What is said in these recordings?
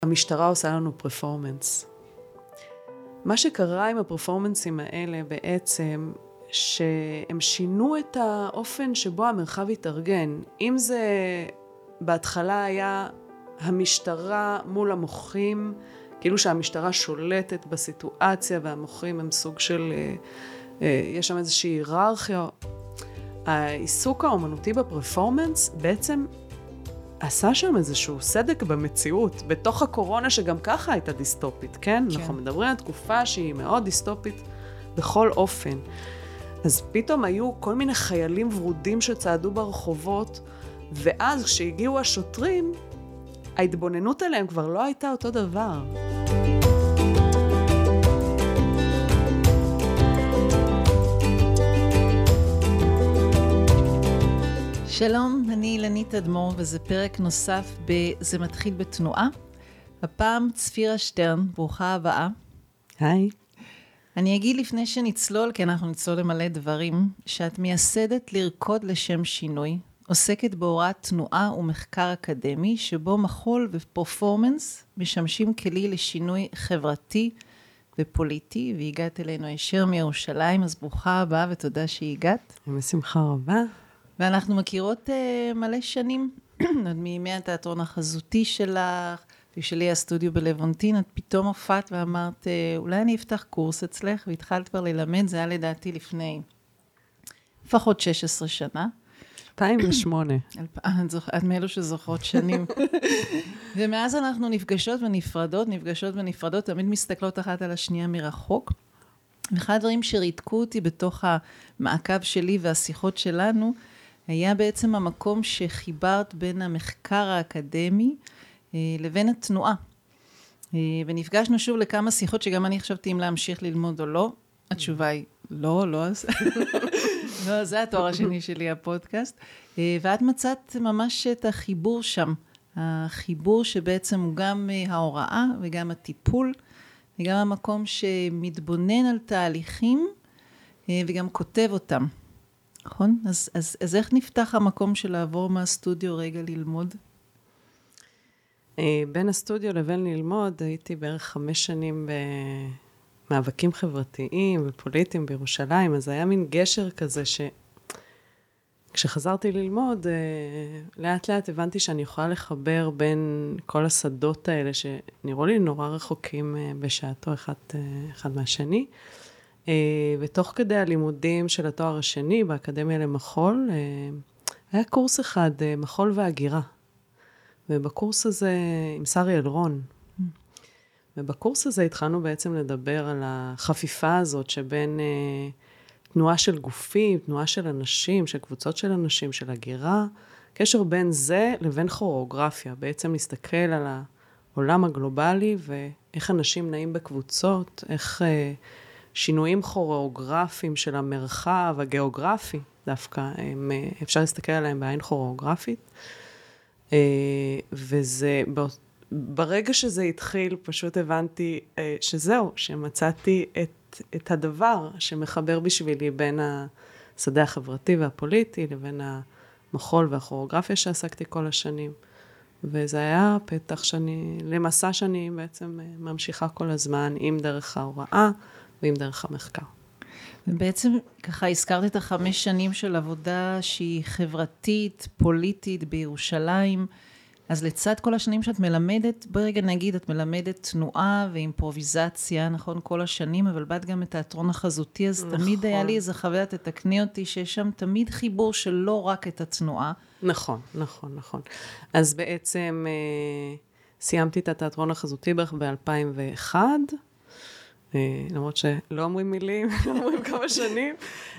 המשטרה עושה לנו פרפורמנס. מה שקרה עם הפרפורמנסים האלה בעצם, שהם שינו את האופן שבו המרחב התארגן. אם זה בהתחלה היה המשטרה מול המוחים, כאילו שהמשטרה שולטת בסיטואציה והמוחים הם סוג של, יש שם איזושהי היררכיה. העיסוק האומנותי בפרפורמנס בעצם עשה שם איזשהו סדק במציאות, בתוך הקורונה שגם ככה הייתה דיסטופית, כן? אנחנו מדברים על תקופה שהיא מאוד דיסטופית בכל אופן. אז פתאום היו כל מיני חיילים ורודים שצעדו ברחובות, ואז כשהגיעו השוטרים, ההתבוננות עליהם כבר לא הייתה אותו דבר. שלום, אני אילנית אדמור, וזה פרק נוסף ב"זה מתחיל בתנועה". הפעם צפירה שטרן, ברוכה הבאה. היי. אני אגיד לפני שנצלול, כי אנחנו נצלול למלא דברים, שאת מייסדת לרקוד לשם שינוי, עוסקת בהוראת תנועה ומחקר אקדמי, שבו מחול ופרפורמנס משמשים כלי לשינוי חברתי ופוליטי, והגעת אלינו הישר מירושלים, אז ברוכה הבאה ותודה שהגעת. בשמחה רבה. ואנחנו מכירות מלא שנים, עוד מימי התיאטרון החזותי שלך, ושלי הסטודיו בלוונטין, את פתאום הופעת ואמרת, אולי אני אפתח קורס אצלך, והתחלת כבר ללמד, זה היה לדעתי לפני לפחות 16 שנה. 2008. את מאלו שזוכרות שנים. ומאז אנחנו נפגשות ונפרדות, תמיד מסתכלות אחת על השנייה מרחוק. ואחד הדברים שריתקו אותי בתוך המעקב שלי והשיחות שלנו, היה בעצם המקום שחיברת בין המחקר האקדמי לבין התנועה. ונפגשנו שוב לכמה שיחות שגם אני חשבתי אם להמשיך ללמוד או לא. התשובה היא לא, לא, זה התואר השני שלי, הפודקאסט. ואת מצאת ממש את החיבור שם. החיבור שבעצם הוא גם ההוראה וגם הטיפול, וגם המקום שמתבונן על תהליכים וגם כותב אותם. נכון? אז איך נפתח המקום של לעבור מהסטודיו רגע ללמוד? בין הסטודיו לבין ללמוד, הייתי בערך 5 שנים במאבקים חברתיים ופוליטיים בירושלים, אז היה מין גשר כזה כשחזרתי ללמוד, לאט לאט הבנתי שאני יכולה לחבר בין כל השדות האלה, שנראו לי נורא רחוקים בשעתו אחד מהשני. ותוך כדי הלימודים של התואר השני באקדמיה למחול, היה קורס אחד, מחול והגירה. ובקורס הזה, עם שרי אלרון. ובקורס הזה התחלנו בעצם לדבר על החפיפה הזאת שבין תנועה של גופים, תנועה של אנשים, של קבוצות של אנשים, של הגירה, קשר בין זה לבין כוריאוגרפיה. בעצם להסתכל על העולם הגלובלי ואיך אנשים נעים בקבוצות, איך שינויים כוריאוגרפיים של המרחב הגיאוגרפי, דווקא אפשר להסתכל עליהם בעין כוריאוגרפית. וזה, ברגע שזה התחיל, פשוט הבנתי שזהו, שמצאתי את הדבר שמחבר בשבילי בין השדה החברתי והפוליטי, לבין המחול והכוריאוגרפיה שעסקתי כל השנים. וזה היה פתח למסע שאני בעצם ממשיכה כל הזמן, עם דרך ההוראה ועם דרך המחקר. ובעצם ככה הזכרת את 5 שנים של עבודה שהיא חברתית, פוליטית בירושלים, אז לצד כל השנים שאת מלמדת, ברגע נגיד, את מלמדת תנועה ואימפרוביזציה, נכון, כל השנים, אבל באת גם את התיאטרון החזותי, אז נכון. תמיד היה לי איזה חוויה, תתקני אותי, שיש שם תמיד חיבור של לא רק את התנועה. נכון. אז בעצם סיימתי את התיאטרון החזותי בערך ב-2001, למרות שלא אומרים מילים, אומרים כמה שנים,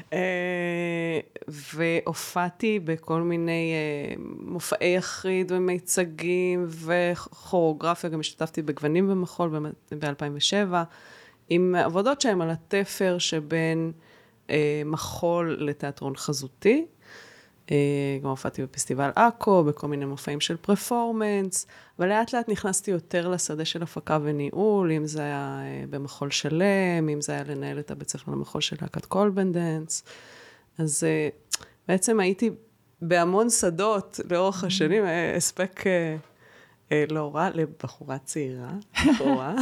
והופעתי בכל מיני מופעי יחיד ומיצגים וכוריאוגרפיה, גם השתתפתי בגוונים במחול ב-2007, עם עבודות שהן על התפר שבין מחול לתיאטרון חזותי, גם הופעתי בפסטיבל אקו, בכל מיני מופעים של פרפורמנס, ולאט לאט נכנסתי יותר לשדה של הפקה וניהול, אם זה היה במחול שלם, אם זה היה לנהל את הבית ספר למחול של להקת קולבנדנס. אז בעצם הייתי בהמון שדות לאורך השנים, הספק לא רע, לבחורה צעירה, בחורה.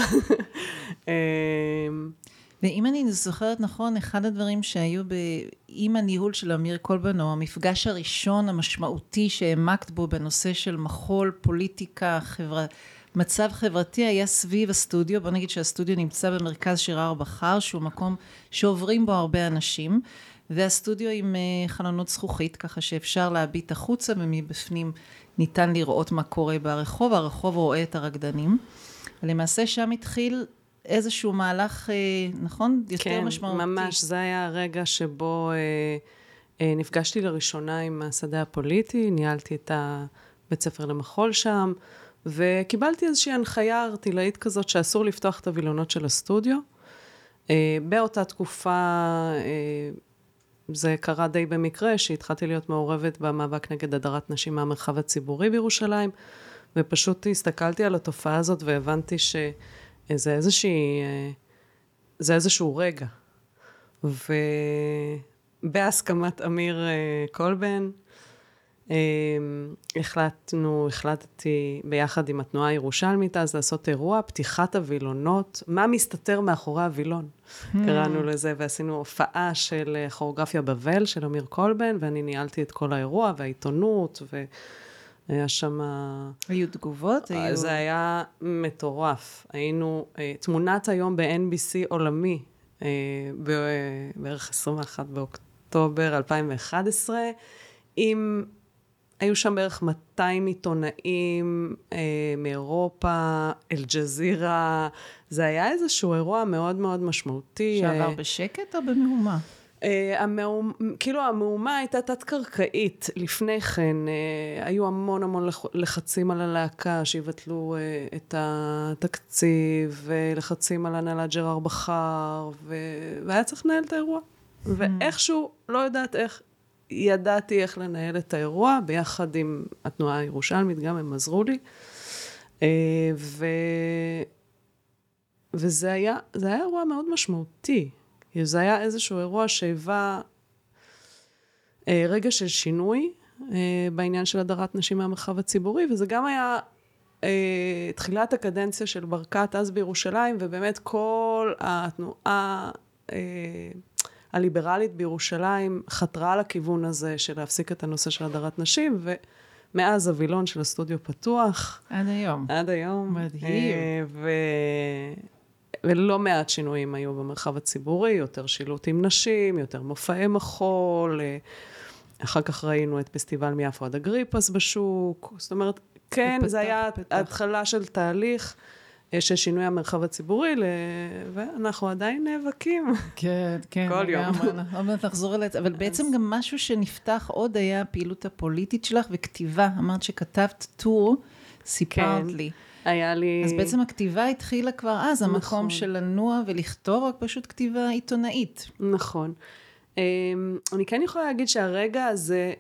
ואם אני זוכרת נכון, אחד הדברים שהיו עם הניהול של אמיר קולבן, או המפגש הראשון המשמעותי שהעמקת בו בנושא של מחול, פוליטיקה, מצב חברתי, היה סביב הסטודיו. בוא נגיד שהסטודיו נמצא במרכז שירה הרבחר, שהוא מקום שעוברים בו הרבה אנשים, והסטודיו עם חלונות זכוכית, ככה שאפשר להביט החוצה, ומבפנים ניתן לראות מה קורה ברחוב, הרחוב רואה את הרקדנים. למעשה שם התחיל איזשהו מהלך, נכון? יותר משמעותי. כן, ממש, זה היה הרגע שבו נפגשתי לראשונה עם השדה הפוליטי, ניהלתי את הבית ספר למחול שם, וקיבלתי איזושהי הנחיה ארטילאית כזאת שאסור לפתוח את הווילונות של הסטודיו. באותה תקופה, זה קרה די במקרה, שהתחלתי להיות מעורבת במאבק נגד הדרת נשים מהמרחב הציבורי בירושלים, ופשוט הסתכלתי על התופעה הזאת והבנתי זה איזשהו רגע. ובהסכמת אמיר קולבן, החלטתי ביחד עם התנועה הירושלמית אז לעשות אירוע, פתיחת הווילונות, מה מסתתר מאחורי הווילון. קראנו לזה, ועשינו הופעה של כוריאוגרפיה בבל, של אמיר קולבן, ואני ניהלתי את כל האירוע, והעיתונות, היה שם... היו תגובות? זה היה מטורף. היינו, תמונת היום ב-NBC עולמי, בערך 21 באוקטובר 2011, היו שם בערך 200 עיתונאים מאירופה, אל-ג'זירה, זה היה איזשהו אירוע מאוד מאוד משמעותי. שעבר בשקט או במהומה? כאילו המהומה הייתה תת-קרקעית. לפני כן היו המון לחצים על הלהקה שיבטלו את התקציב, ולחצים על הנהלת ג'רר בחר, והיה צריך לנהל את האירוע. ואיכשהו, לא יודעת איך, ידעתי איך לנהל את האירוע, ביחד עם התנועה הירושלמית, גם הם עזרו לי. וזה היה אירוע מאוד משמעותי. זה היה איזשהו אירוע שהיווה רגע של שינוי בעניין של הדרת נשים מהמרחב הציבורי, וזה גם היה תחילת הקדנציה של ברקת אז בירושלים, ובאמת כל התנועה הליברלית בירושלים חתרה לכיוון הזה של להפסיק את הנושא של הדרת נשים, ומאז הווילון של הסטודיו פתוח. עד היום. עד היום. מדהים. ולא מעט שינויים היו במרחב הציבורי, יותר שילוט עם נשים, יותר מופעי מחול, אחר כך ראינו את פסטיבל מיפו עד אגריפס בשוק, זאת אומרת, כן, זה היה התחלה של תהליך של שינוי המרחב הציבורי, ואנחנו עדיין נאבקים. כן, כן. כל יום. עוד מעט נחזור אליה, אבל בעצם גם משהו שנפתח עוד היה הפעילות הפוליטית שלך, וכתיבה, אמרת שכתבת טור, סיפרת לי. היה לי... אז בעצם הכתיבה התחילה כבר אז, המקום של לנוע ולכתוב, רק פשוט כתיבה עיתונאית. נכון. אני כן יכולה להגיד שהרגע הזה,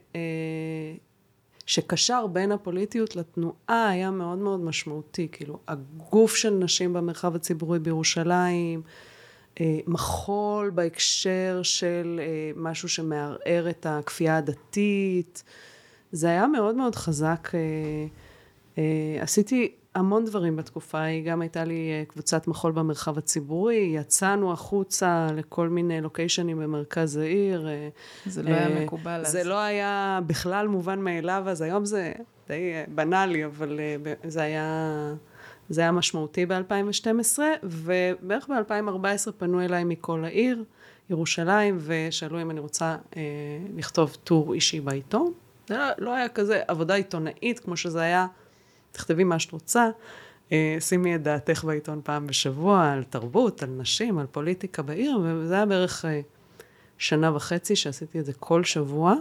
שקשר בין הפוליטיות לתנועה, היה מאוד מאוד משמעותי. כאילו, הגוף של נשים במרחב הציבורי בירושלים, מחול בהקשר של משהו שמערער את הכפייה הדתית, זה היה מאוד מאוד חזק. עשיתי המון דברים בתקופה ההיא, גם הייתה לי קבוצת מחול במרחב הציבורי, יצאנו החוצה לכל מיני לוקיישנים במרכז העיר. זה לא היה מקובל. זה לא היה בכלל מובן מאליו, אז היום זה די בנאלי, אבל זה היה משמעותי ב-2012, ובערך ב-2014 פנו אליי מכל העיר, ירושלים, ושאלו אם אני רוצה לכתוב טור אישי בעיתון. זה לא היה כזה עבודה עיתונאית, כמו שזה היה, תכתבי מה שאת רוצה, שימי את דעתך בעיתון פעם בשבוע, על תרבות, על נשים, על פוליטיקה בעיר, וזה היה בערך 1.5 שנה שעשיתי את זה כל שבוע.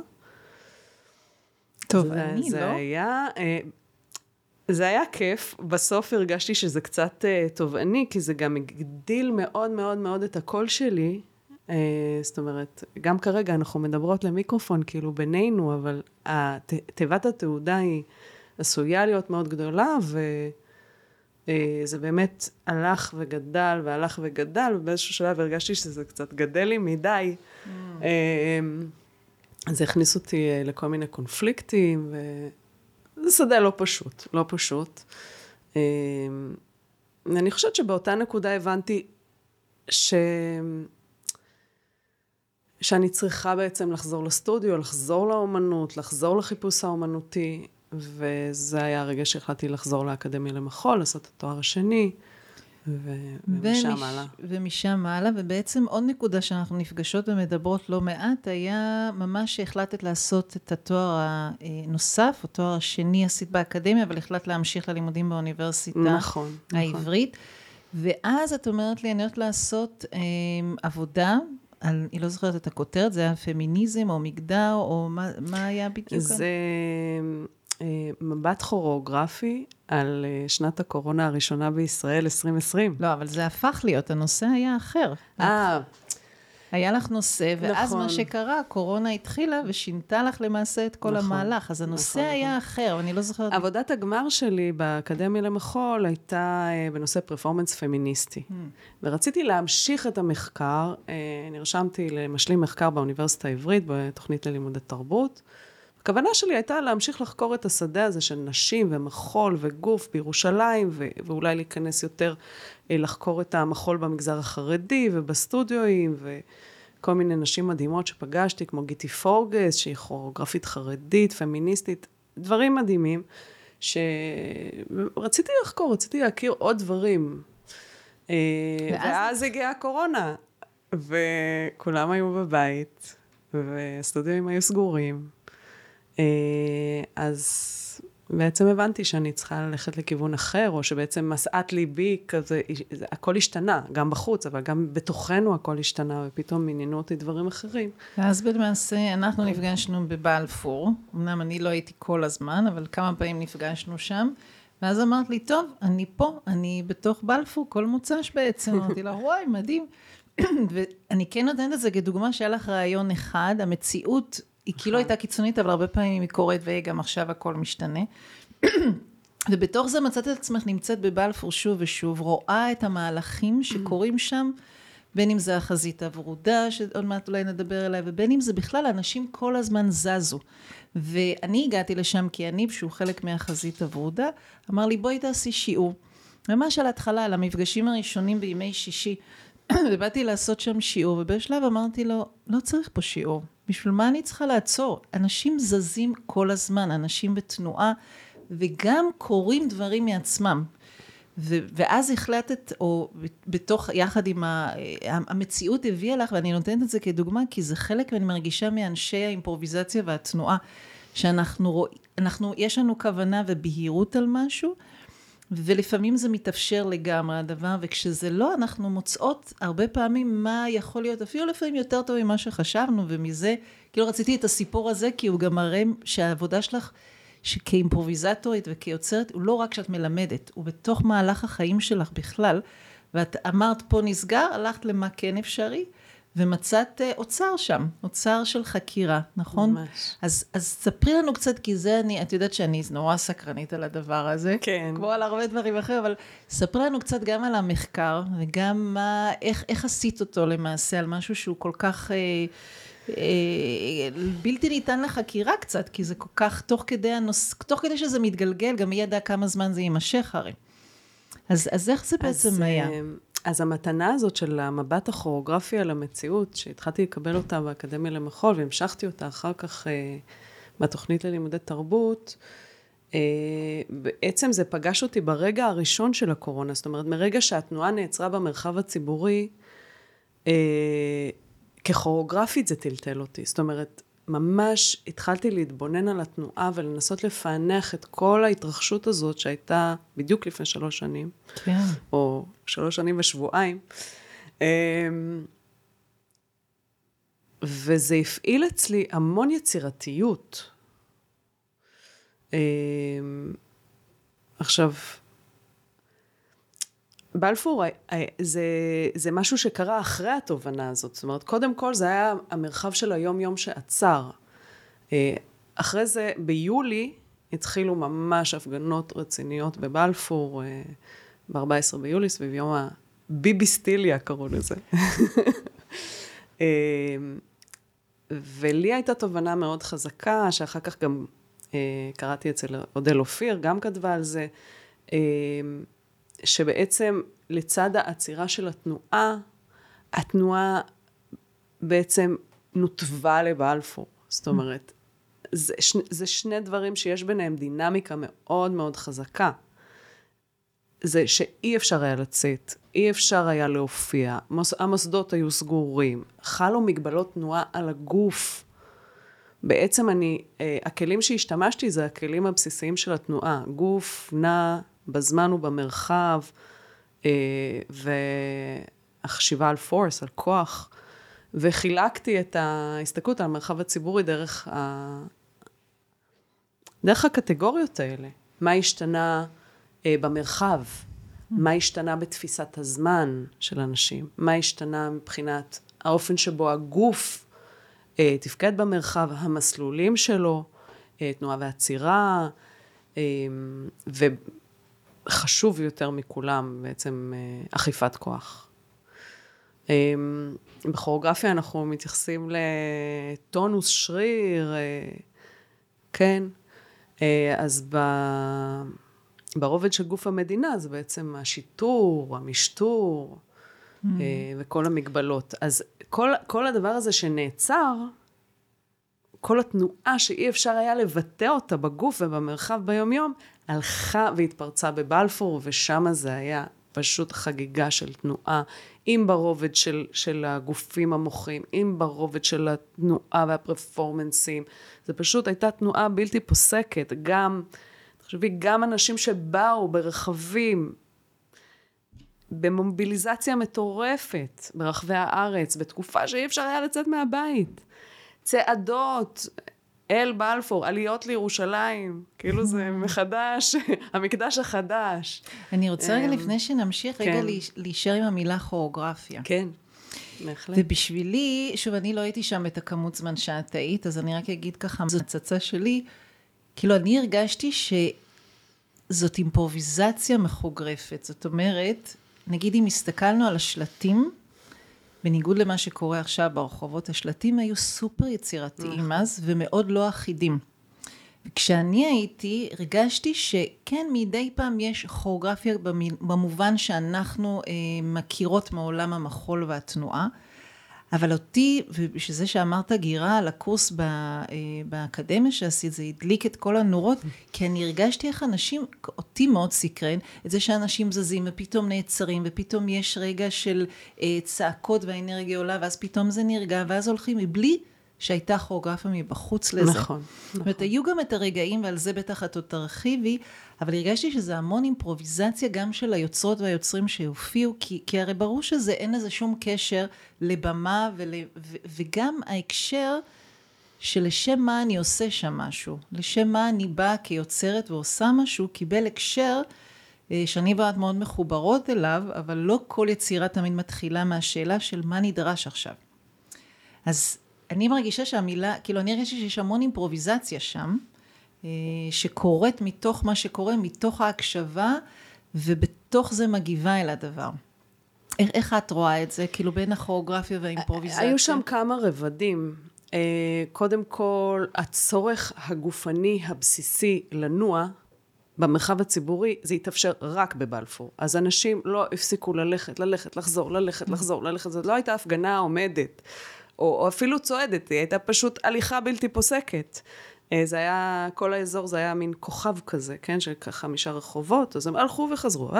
טוב, אני לא. זה היה כיף, בסוף הרגשתי שזה קצת תובעני, כי זה גם הגדיל מאוד מאוד מאוד את הקול שלי, זאת אומרת, גם כרגע אנחנו מדברות למיקרופון, כאילו בינינו, אבל תיבת התעודה היא עשויה להיות מאוד גדולה, וזה באמת הלך וגדל, והלך וגדל, ובאיזשהו שלב הרגשתי שזה קצת גדל לי מדי. אז זה הכניס אותי לכל מיני קונפליקטים, וזה שדה לא פשוט, לא פשוט. אני חושבת שבאותה נקודה הבנתי שאני צריכה בעצם לחזור לסטודיו, לחזור לאומנות, לחזור לחיפוש האומנותי, וזה היה הרגע שהחלטתי לחזור לאקדמיה למחול, לעשות את התואר השני, ומשם הלאה. ומשם הלאה, ובעצם עוד נקודה שאנחנו נפגשות ומדברות לא מעט, היה ממש שהחלטת לעשות את התואר הנוסף, התואר השני עשית באקדמיה, אבל החלטת להמשיך ללימודים באוניברסיטה נכון, העברית, ואז את אומרת לי, אני יודעת לעשות עבודה, אני לא זוכרת את הכותרת, זה היה פמיניזם או מגדר, או מה היה בדיוק? זה מבט כוריאוגרפי על שנת הקורונה הראשונה בישראל, 2020. לא, אבל זה הפך להיות, הנושא היה אחר. היה לך נושא, ואז מה שקרה, הקורונה התחילה ושינתה לך למעשה את כל המהלך, אז הנושא היה אחר, אני לא זוכרת. עבודת הגמר שלי באקדמיה למחול הייתה בנושא פרפורמנס פמיניסטי. ורציתי להמשיך את המחקר, נרשמתי למשלים מחקר באוניברסיטה העברית, בתוכנית ללימודי תרבות. הכוונה שלי הייתה להמשיך לחקור את השדה הזה של נשים ומחול וגוף בירושלים, ואולי להיכנס יותר לחקור את המחול במגזר החרדי ובסטודיואים, וכל מיני נשים מדהימות שפגשתי, כמו גיטי פורגס, שהיא כוריאוגרפית חרדית, פמיניסטית, דברים מדהימים, שרציתי לחקור, רציתי להכיר עוד דברים. ואז הגיעה הקורונה, וכולם היו בבית, והסטודיואים היו סגורים. אז בעצם הבנתי שאני צריכה ללכת לכיוון אחר, או שבעצם מסעת ליבי כזה, הכל השתנה, גם בחוץ, אבל גם בתוכנו הכל השתנה, ופתאום עניינו אותי דברים אחרים. אז למעשה אנחנו נפגשנו בבלפור, אמנם אני לא הייתי כל הזמן, אבל כמה פעמים נפגשנו שם, ואז אמרת לי, טוב, אני פה, אני בתוך בלפור, כל מוצ"ש בעצם, אמרתי לה, וואי, מדהים. ואני כן נותנת את זה כדוגמה שהיה לך רעיון אחד, המציאות, היא כאילו הייתה קיצונית, אבל הרבה פעמים היא קורית, וגם עכשיו הכל משתנה. ובתוך זה מצאת את עצמך נמצאת בבלפור שוב ושוב, רואה את המהלכים שקורים שם, בין אם זה החזית הוורודה, שעוד מעט אולי נדבר עליה, ובין אם זה בכלל, אנשים כל הזמן זזו. ואני הגעתי לשם, כי אני, שהוא חלק מהחזית הוורודה, אמר לי, בואי תעשי שיעור. ממש על ההתחלה, על המפגשים הראשונים בימי שישי, ובאתי לעשות שם שיעור, ובשלב אמרתי לו, לא צריך פה שיעור. בשביל מה אני צריכה לעצור? אנשים זזים כל הזמן, אנשים בתנועה, וגם קוראים דברים מעצמם. ואז החלטת, או בתוך, יחד עם המציאות הביאה לך, ואני נותנת את זה כדוגמה, כי זה חלק, ואני מרגישה מאנשי האימפרוביזציה והתנועה, שאנחנו יש לנו כוונה ובהירות על משהו, ולפעמים זה מתאפשר לגמרי הדבר, וכשזה לא, אנחנו מוצאות הרבה פעמים מה יכול להיות, אפילו לפעמים יותר טוב ממה שחשבנו, ומזה, כאילו רציתי את הסיפור הזה, כי הוא גם מראה שהעבודה שלך, שכאימפרוביזטורית וכיוצרת, הוא לא רק שאת מלמדת, הוא בתוך מהלך החיים שלך בכלל, ואת אמרת פה נסגר, הלכת למה כן אפשרי, ומצאת אוצר שם, אוצר של חקירה, נכון? ממש. אז ספרי לנו קצת, כי זה את יודעת שאני נורא סקרנית על הדבר הזה, כן. כמו על הרבה דברים אחרים, אבל ספרי לנו קצת גם על המחקר, וגם איך עשית אותו למעשה, על משהו שהוא כל כך בלתי ניתן לחקירה קצת, כי זה כל כך תוך כדי שזה מתגלגל, גם מי ידע כמה זמן זה יימשך הרי. אז איך זה בעצם היה? אז המתנה הזאת של המבט הכוריאוגרפי על המציאות, שהתחלתי לקבל אותה באקדמיה למחול, והמשכתי אותה אחר כך בתוכנית ללימודי תרבות, בעצם זה פגש אותי ברגע הראשון של הקורונה, זאת אומרת, מרגע שהתנועה נעצרה במרחב הציבורי, ככוריאוגרפית זה טלטל אותי, זאת אומרת, ממש התחלתי להתבונן על התנועה ולנסות לפענח את כל ההתרחשות הזאת שהייתה בדיוק לפני 3 שנים, כן. או 3 שנים ושבועיים. וזה הפעיל אצלי המון יצירתיות. עכשיו, בלפור זה משהו שקרה אחרי התובנה הזאת. זאת אומרת, קודם כל זה היה המרחב של היום-יום שעצר. אחרי זה, ביולי, התחילו ממש הפגנות רציניות בבלפור, ב-14 ביולי, סביב יום הביביסטיליה, קראו לזה. ולי הייתה תובנה מאוד חזקה, שאחר כך גם קראתי אצל אודל אופיר, גם כתבה על זה, שבעצם לצד העצירה של התנועה בעצם נותבה לבלפור. זאת אומרת, זה שני דברים שיש ביניהם דינמיקה מאוד מאוד חזקה. זה שאי אפשר היה לצאת, אי אפשר היה להופיע, המוסדות היו סגורים, חלו מגבלות תנועה על הגוף. בעצם הכלים שהשתמשתי זה הכלים הבסיסיים של התנועה, גוף נע בזמן ובמרחב, והחשיבה על פורס, על כוח, וחילקתי את ההסתכלות על המרחב הציבורי דרך הקטגוריות האלה. מה השתנה במרחב? מה השתנה בתפיסת הזמן של אנשים? מה השתנה מבחינת האופן שבו הגוף תפקד במרחב, המסלולים שלו, תנועה ועצירה, וחשוב יותר מכולם בעצם אכיפת כוח. בכוריאוגרפיה אנחנו מתייחסים לטונוס, שריר, כן, אז ברובד של גוף המדינה זה בעצם השיטור, המשטור, וכל המגבלות. אז כל הדבר הזה שנעצר, כל התנועה שאי אפשר היה לבטא אותה בגוף ובמרחב ביום-יום, הלכה והתפרצה בבלפור, ושם זה היה פשוט חגיגה של תנועה, אם ברובד של הגופים המוחים, אם ברובד של התנועה והפרפורמנסים. זה פשוט הייתה תנועה בלתי פוסקת, גם אנשים שבאו ברחבים, במוביליזציה מטורפת ברחבי הארץ, בתקופה שאי אפשר היה לצאת מהבית. צעדות אל בלפור, עליות לירושלים, כאילו זה מחדש, המקדש החדש. אני רוצה רגע לפני שנמשיך, רגע להישאר עם המילה כוריאוגרפיה. כן, בהחלט. ובשבילי, שוב, אני לא הייתי שם את הכמות זמן שאת היית, אז אני רק אגיד ככה, זו הצצה שלי, כאילו אני הרגשתי שזאת אימפרוביזציה מחוגרפת. זאת אומרת, נגיד אם הסתכלנו על השלטים, בניגוד למה שקורה עכשיו ברחובות, השלטים היו סופר יצירתיים אז, ומאוד לא אחידים. וכשאני הייתי, הרגשתי שכן, מדי פעם יש כוריאוגרפיה במובן שאנחנו מכירות מעולם המחול והתנועה, אבל אותי, ובשביל זה שאמרת גירה על הקורס באקדמיה שעשית, זה הדליק את כל הנורות, כי אני הרגשתי איך אנשים, אותי מאוד סקרן, את זה שאנשים זזים ופתאום נעצרים, ופתאום יש רגע של צעקות והאנרגיה עולה, ואז פתאום זה נרגע, ואז הולכים מבלי שהייתה כוריאוגרפיה מבחוץ לזה. נכון. זאת אומרת, היו גם את הרגעים, ועל זה בטח את עוד תרחיבי, אבל הרגשתי שזה המון אימפרוביזציה גם של היוצרות והיוצרים שהופיעו, כי הרי ברור שזה אין לזה שום קשר לבמה, וגם ההקשר שלשם מה אני עושה שם משהו, לשם מה אני באה כיוצרת ועושה משהו, קיבל הקשר שאני ואת מאוד מחוברות אליו, אבל לא כל יצירה תמיד מתחילה מהשאלה של מה נדרש עכשיו. אז אני מרגישה שהמילה, כאילו אני הרגשתי שיש המון אימפרוביזציה שם, שקורית מתוך מה שקורה, מתוך ההקשבה, ובתוך זה מגיבה אל הדבר. איך את רואה את זה? כאילו בין הכוריאוגרפיה והאימפרוביזציה? היו שם כמה רבדים. קודם כל, הצורך הגופני הבסיסי לנוע, במרחב הציבורי, זה יתאפשר רק בבלפור. אז אנשים לא הפסיקו ללכת, לחזור. זאת לא הייתה הפגנה עומדת, או אפילו צועדת, היא הייתה פשוט הליכה בלתי פוסקת. זה היה, כל האזור זה היה מין כוכב כזה, כן, של 5 רחובות, אז הם הלכו וחזרו.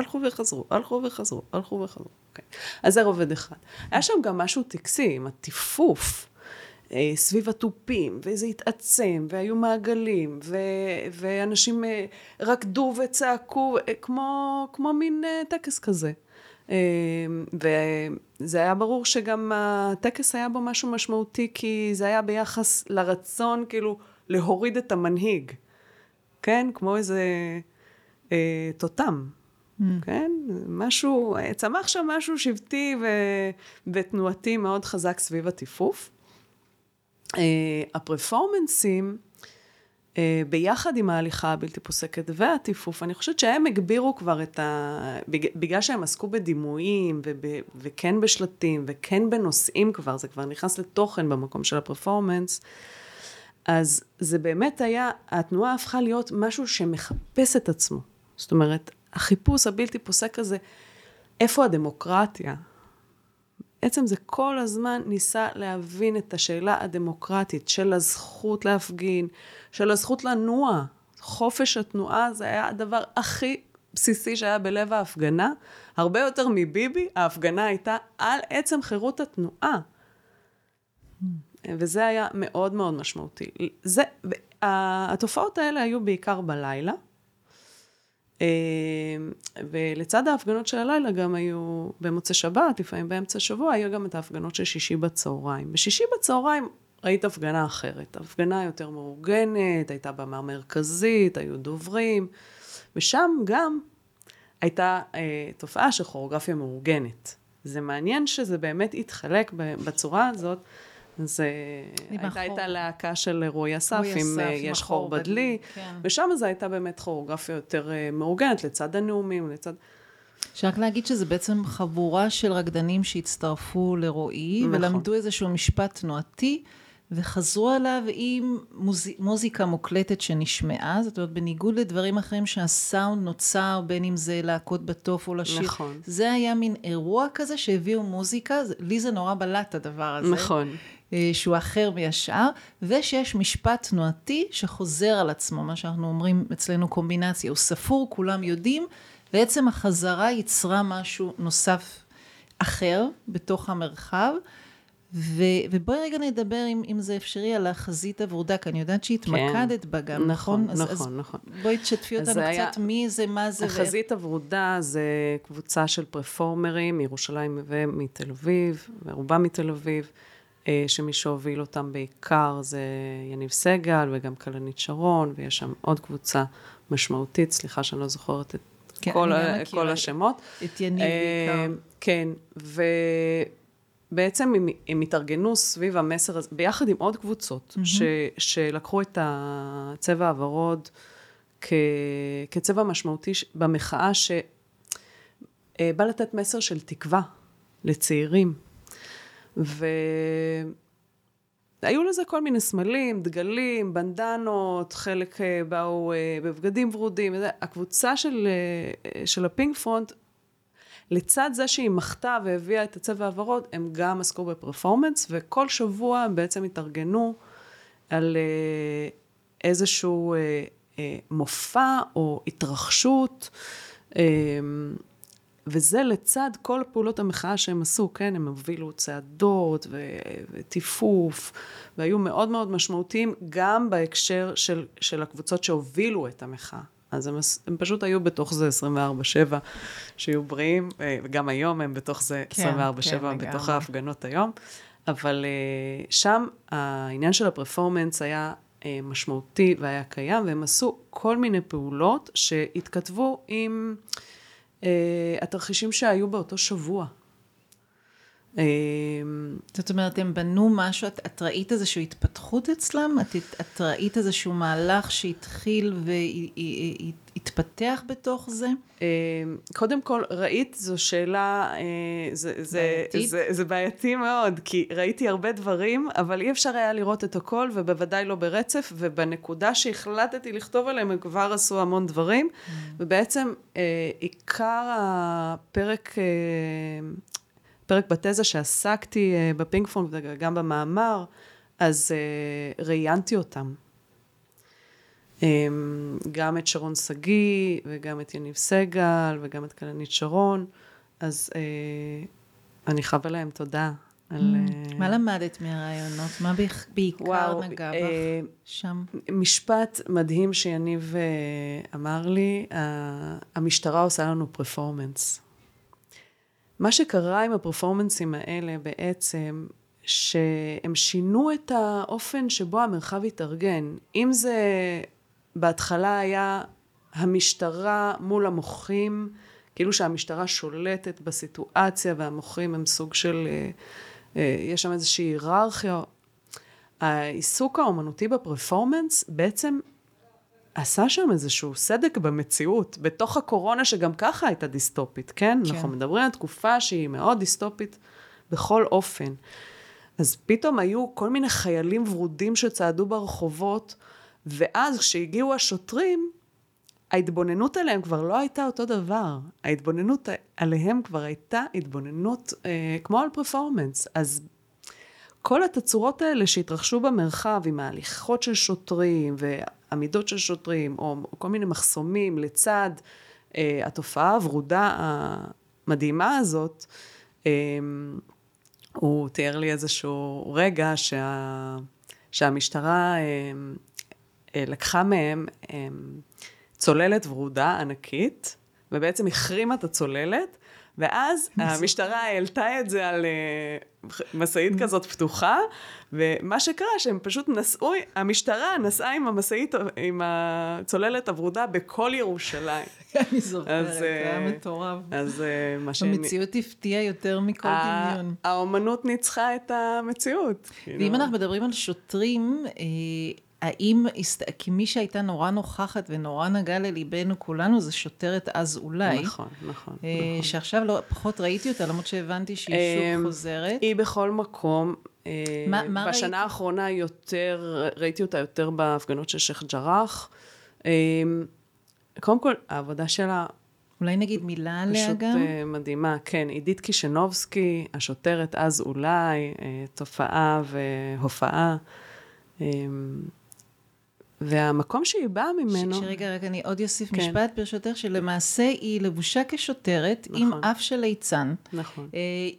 Okay. אז זה רובד אחד. היה שם גם משהו טקסי, עם הטיפוף, סביב הטופים, וזה התעצם, והיו מעגלים, ואנשים רקדו וצעקו, כמו מין טקס כזה. וזה היה ברור שגם הטקס היה בו משהו משמעותי, כי זה היה ביחס לרצון, כאילו, להוריד את המנהיג, כן? כמו איזה תותם, כן? משהו, צמח שם משהו שבטי ותנועתי מאוד חזק סביב הטיפוף. הפרפורמנסים, ביחד עם ההליכה הבלתי פוסקת והטיפוף, אני חושבת שהם הגבירו כבר בגלל שהם עסקו בדימויים, וכן בשלטים, וכן בנושאים כבר, זה כבר נכנס לתוכן במקום של הפרפורמנס, אז זה באמת היה, התנועה הפכה להיות משהו שמחפש את עצמו. זאת אומרת, החיפוש הבלתי פוסק הזה, איפה הדמוקרטיה? בעצם זה כל הזמן ניסה להבין את השאלה הדמוקרטית של הזכות להפגין, של הזכות לנוע. חופש התנועה זה היה הדבר הכי בסיסי שהיה בלב ההפגנה. הרבה יותר מביבי, ההפגנה הייתה על עצם חירות התנועה. וזה היה מאוד מאוד משמעותי. התופעות האלה היו בעיקר בלילה, ולצד ההפגנות של הלילה גם היו במוצאי שבת, לפעמים באמצע שבוע, היו גם את ההפגנות של שישי בצהריים. בשישי בצהריים ראית הפגנה אחרת, הפגנה יותר מאורגנת, הייתה במה מרכזית, היו דוברים, ושם גם הייתה תופעה של כוריאוגרפיה מאורגנת. זה מעניין שזה באמת התחלק בצורה הזאת, זה הייתה להקה של רועי אסף, עם יש חור בדלי, ושם זה הייתה באמת כוריאוגרפיה יותר מאורגנת, לצד הנאומים, לצד... אפשר להגיד שזה בעצם חבורה של רקדנים שהצטרפו לרועי, ולמדו איזשהו משפט תנועתי, וחזרו עליו עם מוזיקה מוקלטת שנשמעה, זאת אומרת, בניגוד לדברים אחרים שהסאונד נוצר, בין אם זה להקות בטוף או לשיר. נכון. זה היה מין אירוע כזה שהביאו מוזיקה, לי זה נורא בלט הדבר הזה. נכון. שהוא אחר מישר, ושיש משפט תנועתי שחוזר על עצמו, מה שאנחנו אומרים אצלנו קומבינציה, הוא ספור, כולם יודעים, בעצם החזרה יצרה משהו נוסף אחר בתוך המרחב, ובואי רגע נדבר אם זה אפשרי על החזית הוורודה, כי אני יודעת שהתמקדת בה גם, נכון? נכון. בואי תשתפי אותנו קצת מי זה, מה זה. החזית הוורודה זה קבוצה של פרפורמרים מירושלים ומתל אביב, ורובם מתל אביב, שמי שהוביל אותם בעיקר זה יניב סגל וגם כלנית שרון, ויש שם עוד קבוצה משמעותית, סליחה שאני לא זוכרת את כל השמות. את יניב בעיקר. כן, ובעצם הם התארגנו סביב המסר הזה, ביחד עם עוד קבוצות, שלקחו את הצבע הוורוד כצבע משמעותי במחאה, שבא לתת מסר של תקווה לצעירים. והיו לזה כל מיני סמלים, דגלים, בנדנות, חלק באו בבגדים ורודים. הקבוצה של הפינק פרונט, לצד זה שהיא מחתה והביאה את הצבע הוורוד, הם גם עסקו בפרפורמנס, וכל שבוע הם בעצם התארגנו על איזשהו מופע או התרחשות, וזה לצד כל פעולות המחאה שהם עשו, כן, הם הובילו צעדות וטיפוף, והיו מאוד מאוד משמעותיים, גם בהקשר של הקבוצות שהובילו את המחאה. אז הם פשוט היו בתוך זה 24/7, שיהיו בריאים, וגם היום הם בתוך זה 24/7, בתוך ההפגנות היום. אבל שם העניין של הפרפורמנס היה משמעותי והיה קיים, והם עשו כל מיני פעולות שהתכתבו עם התרחישים שהיו באותו שבוע. זאת אומרת, הם בנו משהו, את ראית איזושהי התפתחות אצלם? את ראית איזשהו מהלך שהתחיל והתפתח בתוך זה? קודם כל, ראית, זו שאלה, זה בעייתי מאוד, כי ראיתי הרבה דברים, אבל אי אפשר היה לראות את הכל, ובוודאי לא ברצף, ובנקודה שהחלטתי לכתוב עליהם, הם כבר עשו המון דברים, ובעצם עיקר הפרק בתזה שעסקתי בפינק פרונט וגם במאמר, אז ראיינתי אותם. גם את שרון סגי, וגם את יניב סגל, וגם את כלנית שרון, אז אני חווה להם תודה. מה למדת מהרעיונות? מה בעיקר נגע בך שם? משפט מדהים שיניב אמר לי, המשטרה עושה לנו פרפורמנס. מה שקרה עם הפרפורמנסים האלה בעצם, שהם שינו את האופן שבו המרחב התארגן. אם זה בהתחלה היה המשטרה מול המוחים, כאילו שהמשטרה שולטת בסיטואציה, והמוחים הם סוג של, יש שם איזושהי היררכיה. העיסוק האומנותי בפרפורמנס בעצם עשה שם איזשהו סדק במציאות, בתוך הקורונה שגם ככה הייתה דיסטופית, כן? אנחנו מדברים על תקופה שהיא מאוד דיסטופית בכל אופן. אז פתאום היו כל מיני חיילים ורודים שצעדו ברחובות, ואז כשהגיעו השוטרים, ההתבוננות עליהם כבר לא הייתה אותו דבר. ההתבוננות עליהם כבר הייתה התבוננות כמו על פרפורמנס. אז כל התצורות האלה שהתרחשו במרחב עם ההליכות של שוטרים ועמידות של שוטרים, או כל מיני מחסומים לצד התופעה הוורודה המדהימה הזאת, הוא תיאר לי איזשהו רגע שהמשטרה לקחה מהם צוללת ורודה ענקית, ובעצם החרימה את הצוללת, ואז המשטרה העלתה את זה על מסעית כזאת פתוחה, ומה שקרה שהם פשוט נסעו, המשטרה נסעה עם המסעית, עם הצוללת הוורודה בכל ירושלים. אני זוכרת, זה היה מטורף. אז המציאות הפתיעה יותר מכל דמיון. האומנות ניצחה את המציאות. ואם אנחנו מדברים על שוטרים, האם, כי מי שהייתה נורא נוכחת ונורא נגעה לליבנו כולנו, זה שוטרת אז אולי. נכון, נכון. שעכשיו לא, פחות ראיתי אותה, למרות שהבנתי שהיא שוב חוזרת. היא בכל מקום. בשנה האחרונה יותר, ראיתי אותה יותר בהפגנות של שייח' ג'ראח. קודם כל, העבודה שלה אולי נגיד מילה עליה גם? פשוט מדהימה, כן. עידית קישנובסקי, השוטרת אז אולי, תופעה והופעה. והמקום שהיא באה ממנו... שרגע, אני עוד יוסיף משפט ברשותך, שלמעשה היא לבושה כשוטרת, עם אף של ליצן. נכון.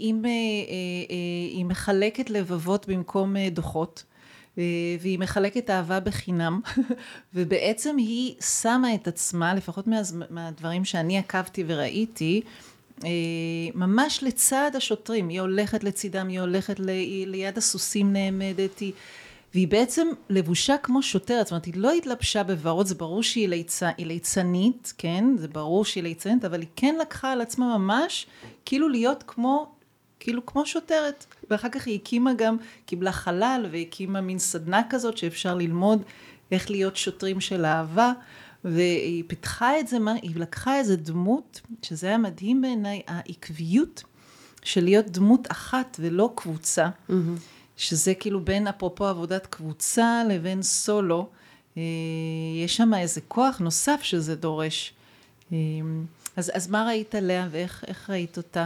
היא מחלקת לבבות במקום דוחות, והיא מחלקת אהבה בחינם, ובעצם היא שמה את עצמה, לפחות מהדברים שאני עקבתי וראיתי, ממש לצד השוטרים. היא הולכת לצידם, היא הולכת ליד הסוסים נעמדת, והיא בעצם לבושה כמו שוטרת, זאת אומרת, היא לא התלבשה בוורוד, זה ברור שהיא ליצנית, כן? זה ברור שהיא ליצנית, אבל היא כן לקחה על עצמה ממש, כאילו להיות כמו שוטרת. ואחר כך היא קיבלה חלל, והקימה מין סדנה כזאת, שאפשר ללמוד איך להיות שוטרים של אהבה, והיא פיתחה את זה, היא לקחה איזה דמות, שזה היה מדהים בעיניי, העקביות של להיות דמות אחת ולא קבוצה, שזה כאילו בין אפרופו עבודת קבוצה לבין סולו, יש שם איזה כוח נוסף שזה דורש. אז מה ראית עליה ואיך ראית אותה?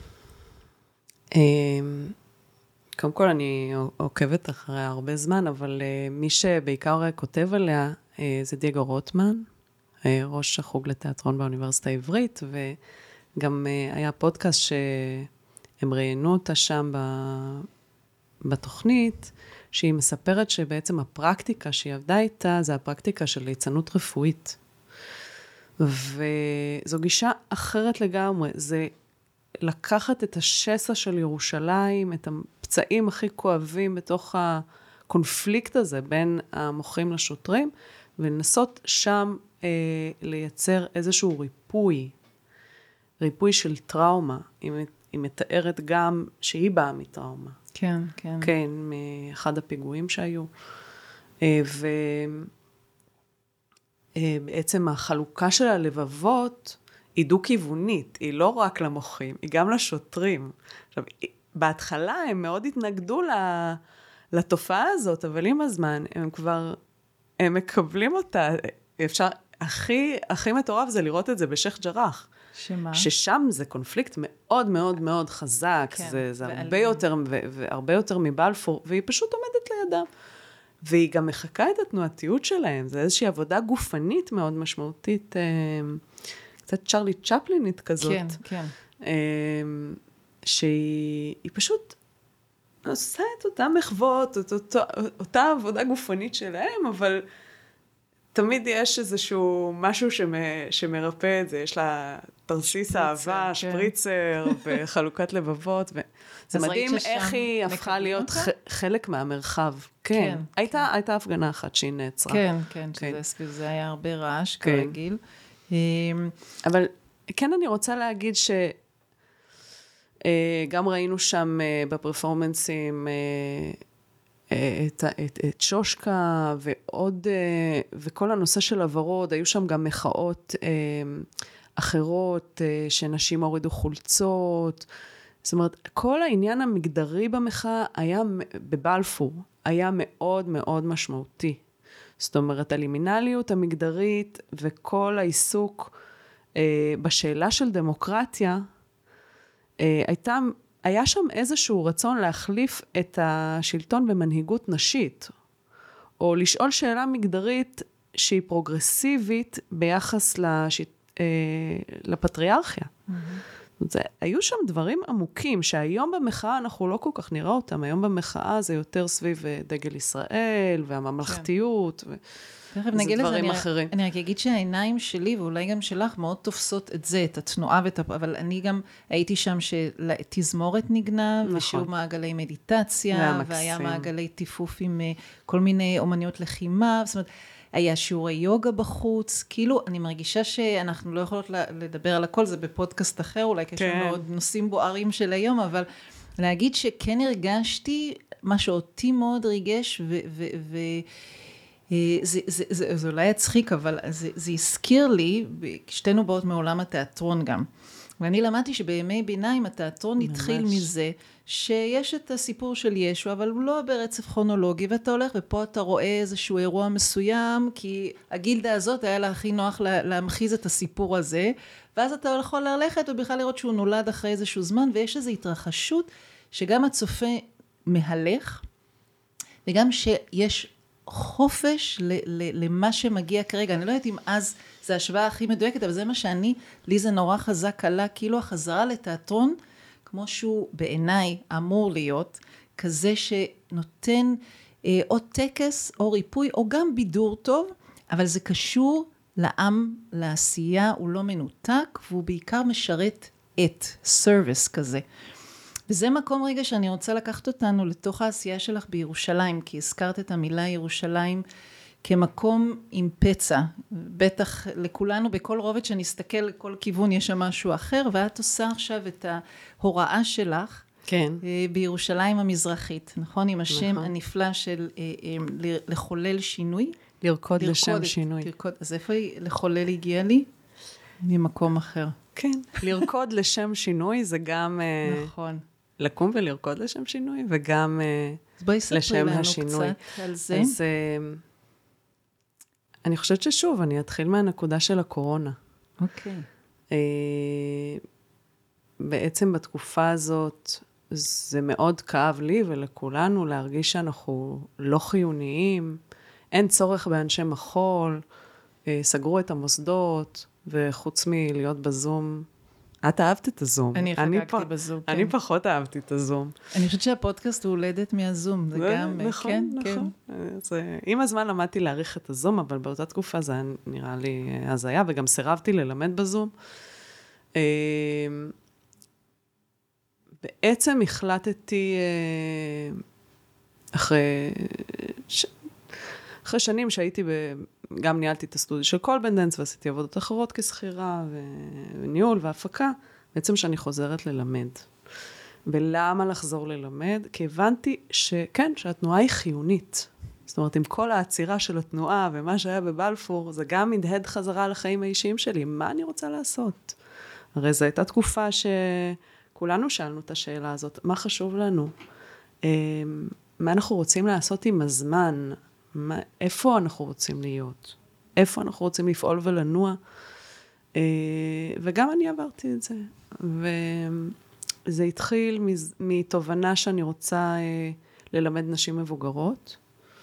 קודם כל אני עוקבת אחרי הרבה זמן, אבל מי שבעיקר כותב עליה זה דייגו רוטמן, ראש החוג לתיאטרון באוניברסיטה העברית, וגם היה פודקאסט שהם ראיינו אותה שם בתוכנית, שהיא מספרת שבעצם הפרקטיקה שהיא עבדה איתה, זה הפרקטיקה של ליצנות רפואית. וזו גישה אחרת לגמרי, זה לקחת את השסע של ירושלים, את הפצעים הכי כואבים בתוך הקונפליקט הזה, בין המוחים לשוטרים, ולנסות שם לייצר איזשהו ריפוי של טראומה. היא מתארת גם שהיא באה מטראומה. כן, כן. כן, מאחד הפיגועים שהיו. ובעצם החלוקה של הלבבות היא דו-כיוונית, היא לא רק למוחים, היא גם לשוטרים. עכשיו, בהתחלה הם מאוד התנגדו לתופעה הזאת, אבל עם הזמן הם מקבלים אותה. אפשר, הכי מטורף זה לראות את זה בשייח' ג'ראח. שמה? ששם זה קונפליקט מאוד מאוד מאוד חזק, כן, זה הרבה יותר מבלפור, והיא פשוט עומדת לידם. והיא גם מחכה את התנועתיות שלהם, זה איזושהי עבודה גופנית מאוד משמעותית, קצת צ'רלי צ'פלינית כזאת. כן, כן. שהיא פשוט עושה את אותה מחוות, אותה עבודה גופנית שלהם, אבל תמיד יש איזשהו משהו שמרפא את זה, יש לה תרסיס אהבה, שפריצר וחלוקת לבבות, זה מדהים איך היא הפכה להיות חלק מהמרחב. כן, הייתה הפגנה אחת שהיא נעצרה. כן, זה היה הרבה רעש כרגיל. אבל כן אני רוצה להגיד שגם ראינו שם בפרפורמנסים את שושקה ועוד, וכל הנושא של הוורוד, היו שם גם מחאות אחרות, שנשים הורידו חולצות, זאת אומרת, כל העניין המגדרי במחאה היה, בבלפור, היה מאוד מאוד משמעותי. זאת אומרת, הלימינליות המגדרית וכל העיסוק בשאלה של דמוקרטיה, היה שם איזשהו רצון להחליף את השלטון במנהיגות נשית, או לשאול שאלה מגדרית שהיא פרוגרסיבית ביחס לפטריארכיה. היו שם דברים עמוקים, שהיום במחאה אנחנו לא כל כך נראה אותם. היום במחאה זה יותר סביב דגל ישראל, והממלכתיות, וזה דברים אחרים. אני רק אגיד שהעיניים שלי, ואולי גם שלך, מאוד תופסות את זה, את התנועה, אבל אני גם הייתי שם שתזמורת נגנה, ושיעור מעגלי מדיטציה, והיה מעגלי טיפוף עם כל מיני אומניות לחימה, זאת אומרת, היה שיעורי יוגה בחוץ, כאילו אני מרגישה שאנחנו לא יכולות לדבר על הכל, זה בפודקאסט אחר, אולי יש לנו עוד נושאים בוערים של היום, אבל להגיד שכן הרגשתי, מה שאותי מאוד ריגש, זה אולי יצחיק, אבל זה הזכיר לי, שתינו באות מעולם התיאטרון גם, ואני למדתי שבימי ביניים התיאטרון התחיל מזה, שיש את הסיפור של ישו, אבל הוא לא ברצף כרונולוגי, ואתה הולך ופה אתה רואה איזשהו אירוע מסוים, כי הגילדה הזאת היה לה הכי נוח להמחיז את הסיפור הזה, ואז אתה יכול ללכת ובכלל לראות שהוא נולד אחרי איזשהו זמן, ויש איזו התרחשות שגם הצופה מהלך, וגם שיש חופש למה שמגיע כרגע. אני לא יודעת אם אז זה השוואה הכי מדויקת, אבל זה מה לי זה נורא חזק עלה, כאילו החזרה לתיאטרון, כמו שהוא בעיניי אמור להיות, כזה שנותן או טקס או ריפוי, או גם בידור טוב, אבל זה קשור לעם, לעשייה, הוא לא מנותק, והוא בעיקר משרת סרוויס כזה. וזה מקום רגע שאני רוצה לקחת אותנו לתוך העשייה שלך בירושלים, כי הזכרת את המילה ירושלים כמקום עם פצע, בטח לכולנו בכל רובד שנסתכל לכל כיוון יש שם משהו אחר, ואת עושה עכשיו את ההוראה שלך, כן. בירושלים המזרחית, נכון? עם השם הנפלא של לחולל שינוי. לרקוד לשם שינוי. אז איפה לחולל הגיע לי? ממקום אחר. כן, לרקוד לשם שינוי זה גם... נכון. לקום ולרקוד לשם שינוי, וגם לשם השינוי. קצת על זה. אז אני חושבת ששוב, אני אתחיל מהנקודה של הקורונה. אוקיי. בעצם בתקופה הזאת, זה מאוד כאב לי ולכולנו להרגיש שאנחנו לא חיוניים, אין צורך באנשי מחול, סגרו את המוסדות, וחוץ מלהיות בזום, את אהבת את הזום. אני חגגתי בזום, כן. אני פחות אהבתי את הזום. אני חושבת שהפודקאסט הוא הולדת מהזום, זה גם, נכון, כן, נכון. כן. עם הזמן למדתי להעריך את הזום, אבל באותה תקופה זה נראה לי הזיה, וגם סירבתי ללמד בזום. בעצם החלטתי, אחרי שנים שהייתי גם ניהלתי את הסטודיו של קולבנדנס, ועשיתי עבודות אחרות כסחירה וניהול והפקה, בעצם שאני חוזרת ללמד. ולמה לחזור ללמד? כי הבנתי שכן, שהתנועה היא חיונית. זאת אומרת, עם כל העצירה של התנועה ומה שהיה בבלפור, זה גם מדהד חזרה לחיים האישיים שלי. מה אני רוצה לעשות? הרי זו הייתה תקופה שכולנו שאלנו את השאלה הזאת. מה חשוב לנו? מה אנחנו רוצים לעשות עם הזמן? איפה אנחנו רוצים להיות? איפה אנחנו רוצים לפעול ולנוע? וגם אני עברתי את זה. וזה התחיל מתובנה שאני רוצה ללמד נשים מבוגרות.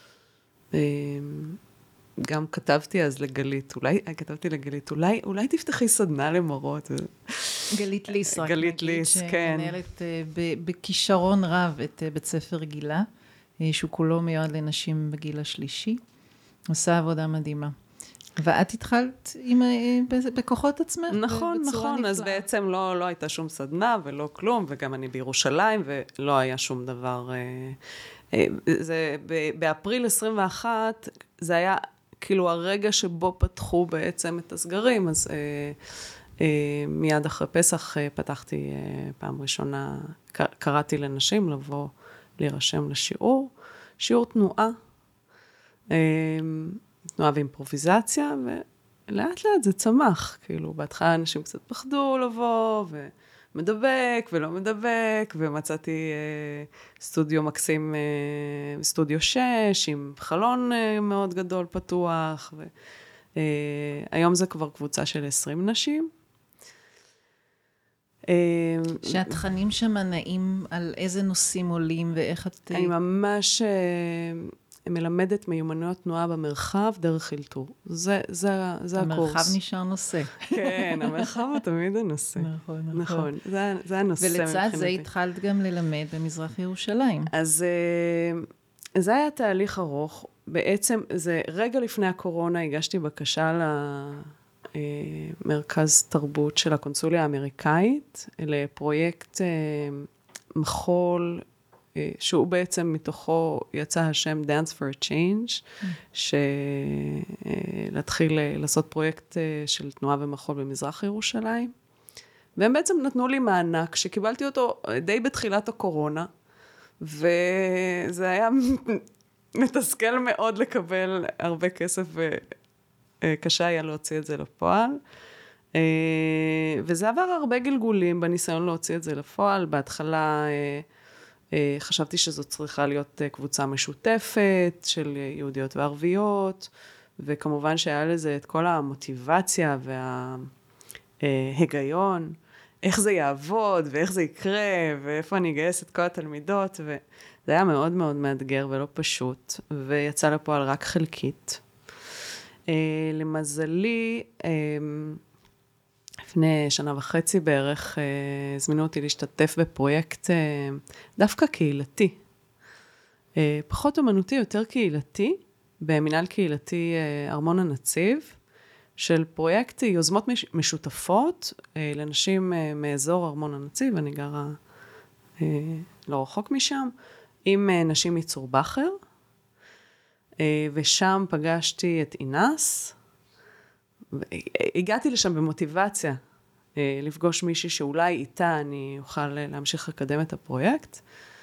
גם כתבתי אז לגלית, אולי תפתחי סדנה למורות. גלית ליס, רק גלית ליס, כן. שמנהלת בכישרון רב את בית ספר גילה, שהוא כולו מיועד לנשים בגיל השלישי. עושה עבודה מדהימה. ואת התחלת בכוחות עצמך. נכון, נכון. אז בעצם לא הייתה שום סדנה ולא כלום, וגם אני בירושלים, ולא היה שום דבר. זה באפריל 21, זה היה כאילו הרגע שבו פתחו בעצם את הסגרים, אז מיד אחרי פסח פתחתי פעם ראשונה, קראתי לנשים לבוא להירשם לשיעור, שיעור תנועה, תנועה ואימפרוביזציה, ולאט לאט זה צמח, כאילו בהתחלה אנשים קצת פחדו לבוא, מדבק ולא מדבק, ומצאתי סטודיו מקסים, סטודיו 6, עם חלון מאוד גדול פתוח, היום זה כבר קבוצה של 20 נשים. שהתכנים שם נעים על איזה נושאים עולים ואיך את... אני ממש מלמדת מיומנויות תנועה במרחב דרך אלתור. זה הקורס. המרחב נשאר נושא. כן, המרחב הוא תמיד הנושא. נכון. זה הנושא. ולצד זה התחלת גם ללמד במזרח ירושלים. אז זה היה תהליך ארוך. בעצם, זה רגע לפני הקורונה הגשתי בקשה למרכז תרבות של הקונסוליה האמריקאית, לפרויקט מחול, שהוא בעצם מתוכו יצא השם Dance for a Change, להתחיל לעשות פרויקט של תנועה ומחול במזרח ירושלים. והם בעצם נתנו לי מענק, שקיבלתי אותו די בתחילת הקורונה, וזה היה מתסכל מאוד לקבל הרבה כסף, וקשה היה להוציא את זה לפועל. וזה עבר הרבה גלגולים בניסיון להוציא את זה לפועל. בהתחלה חשבתי שזאת צריכה להיות קבוצה משותפת של יהודיות וערביות, וכמובן שהיה לזה את כל המוטיבציה וההיגיון, איך זה יעבוד ואיך זה יקרה, ואיפה אני אגייס את כל התלמידות, וזה היה מאוד מאוד מאתגר ולא פשוט, ויצא לפועל רק חלקית. למזלי, לפני 1.5 בערך, הזמינו אותי להשתתף בפרויקט דווקא קהילתי. פחות אומנותי, יותר קהילתי, במנהל קהילתי ארמון הנציב, של פרויקט יוזמות משותפות לנשים מאזור ארמון הנציב, אני גרה לא רחוק משם, עם נשים מצור בחר, ושם פגשתי את אינס, הגעתי לשם במוטיבציה לפגוש מישהי שאולי איתה אני אוכל להמשיך לקדם את הפרויקט,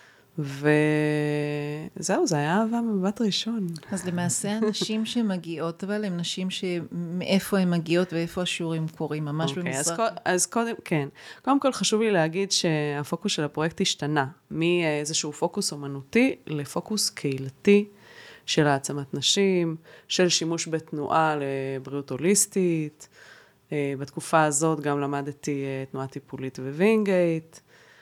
וזהו, זה היה אהבה מבט ראשון. אז למעשה הנשים שמגיעות, אבל הן נשים שמאיפה הן מגיעות ואיפה השיעורים קורים, ממש במזרח. אז קודם כל חשוב לי להגיד שהפוקוס של הפרויקט השתנה, מאיזשהו פוקוס אומנותי לפוקוס קהילתי, של העצמת נשים, של שימוש בתנועה לבריאות הוליסטית. בתקופה הזאת גם למדתי תנועה טיפולית ווינגייט,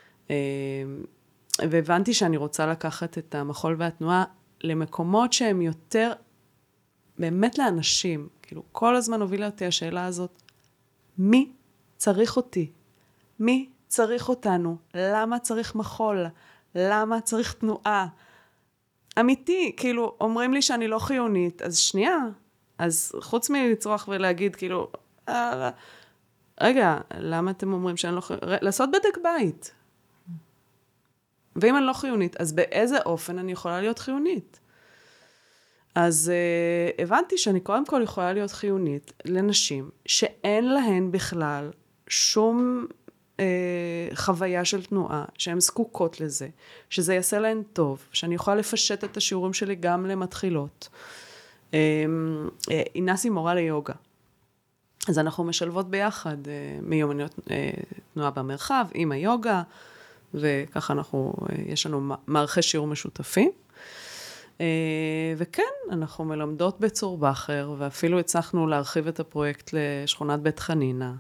והבנתי שאני רוצה לקחת את המחול והתנועה למקומות שהם יותר באמת לאנשים. כאילו, כל הזמן הובילה אותי השאלה הזאת, מי צריך אותי? מי צריך אותנו? למה צריך מחול? למה צריך תנועה? אמיתי, כאילו, אומרים לי שאני לא חיונית, אז שנייה, אז חוץ מלצרוח ולהגיד, כאילו, רגע, למה אתם אומרים שאני לא חיונית? לעשות בדק בית. ואם אני לא חיונית, אז באיזה אופן אני יכולה להיות חיונית? אז הבנתי שאני קודם כל יכולה להיות חיונית לנשים שאין להן בכלל שום חוויה של תנועה, שהן זקוקות לזה, שזה יעשה להן טוב, שאני יכולה לפשט את השיעורים שלי גם למתחילות. אינס היא מורה ליוגה. אז אנחנו משלבות ביחד מיומנויות תנועה במרחב עם היוגה, וככה יש לנו מערכי שיעור משותפים. וכן, אנחנו מלמדות בצור בחר, ואפילו הצלחנו להרחיב את הפרויקט לשכונת בית חנינה,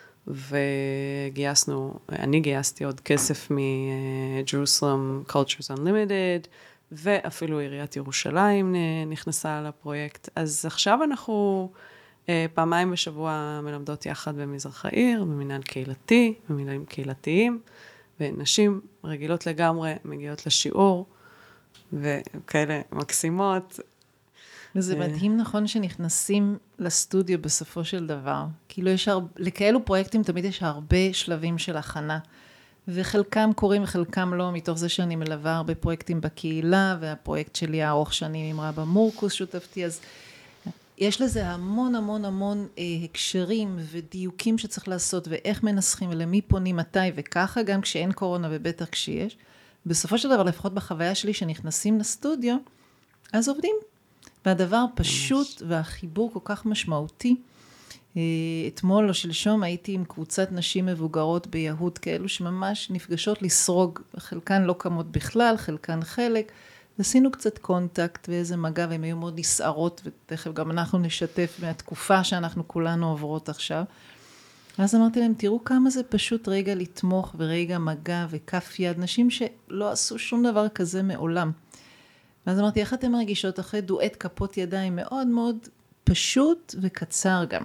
אני גייסתי עוד כסף מ-Jerusalem Cultures Unlimited, ואפילו עיריית ירושלים נכנסה לפרויקט. אז עכשיו אנחנו פעמיים בשבוע מלמדות יחד במזרח העיר, במנהל קהילתי, במנהלים קהילתיים, ונשים רגילות לגמרי מגיעות לשיעור, וכאלה מקסימות. וזה מדהים, נכון, שנכנסים לסטודיו בסופו של דבר. כאילו לכאלו פרויקטים תמיד יש הרבה שלבים של הכנה, וחלקם קורים וחלקם לא, מתוך זה שאני מלווה הרבה פרויקטים בקהילה, והפרויקט שלי הארוך שנים עם רבא מורקוס שותפתי, אז יש לזה המון המון המון הקשרים ודיוקים שצריך לעשות, ואיך מנסחים ולמי פונים מתי, וככה גם כשאין קורונה ובטח כשיש. בסופו של דבר, לפחות בחוויה שלי, שנכנסים לסטודיו, אז עובדים. והדבר פשוט והחיבור כל כך משמעותי, אתמול או שלשום הייתי עם קבוצת נשים מבוגרות ביהוד, כאלו שממש נפגשות לסרוג, חלקן לא קמות בכלל, חלקן חלק, ועשינו קצת קונטקט ואיזה מגע, והן היו מאוד נסערות, ותכף גם אנחנו נשתף מהתקופה שאנחנו כולנו עוברות עכשיו. אז אמרתי להם, תראו כמה זה פשוט רגע לתמוך ורגע מגע וכף יד, נשים שלא עשו שום דבר כזה מעולם. ואז אמרתי, איך אתם מרגישות אחרי דואט כפות ידיים מאוד מאוד פשוט וקצר גם.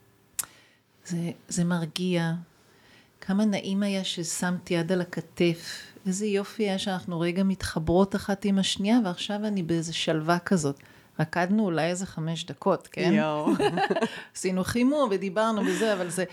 זה מרגיע. כמה נעים היה ששמתי יד על הכתף. איזה יופי היה שאנחנו רגע מתחברות אחת עם השנייה, ועכשיו אני באיזה שלווה כזאת. רקדנו אולי איזה 5 דקות, כן? יואו. עשינו חימום ודיברנו בזה, אבל זה...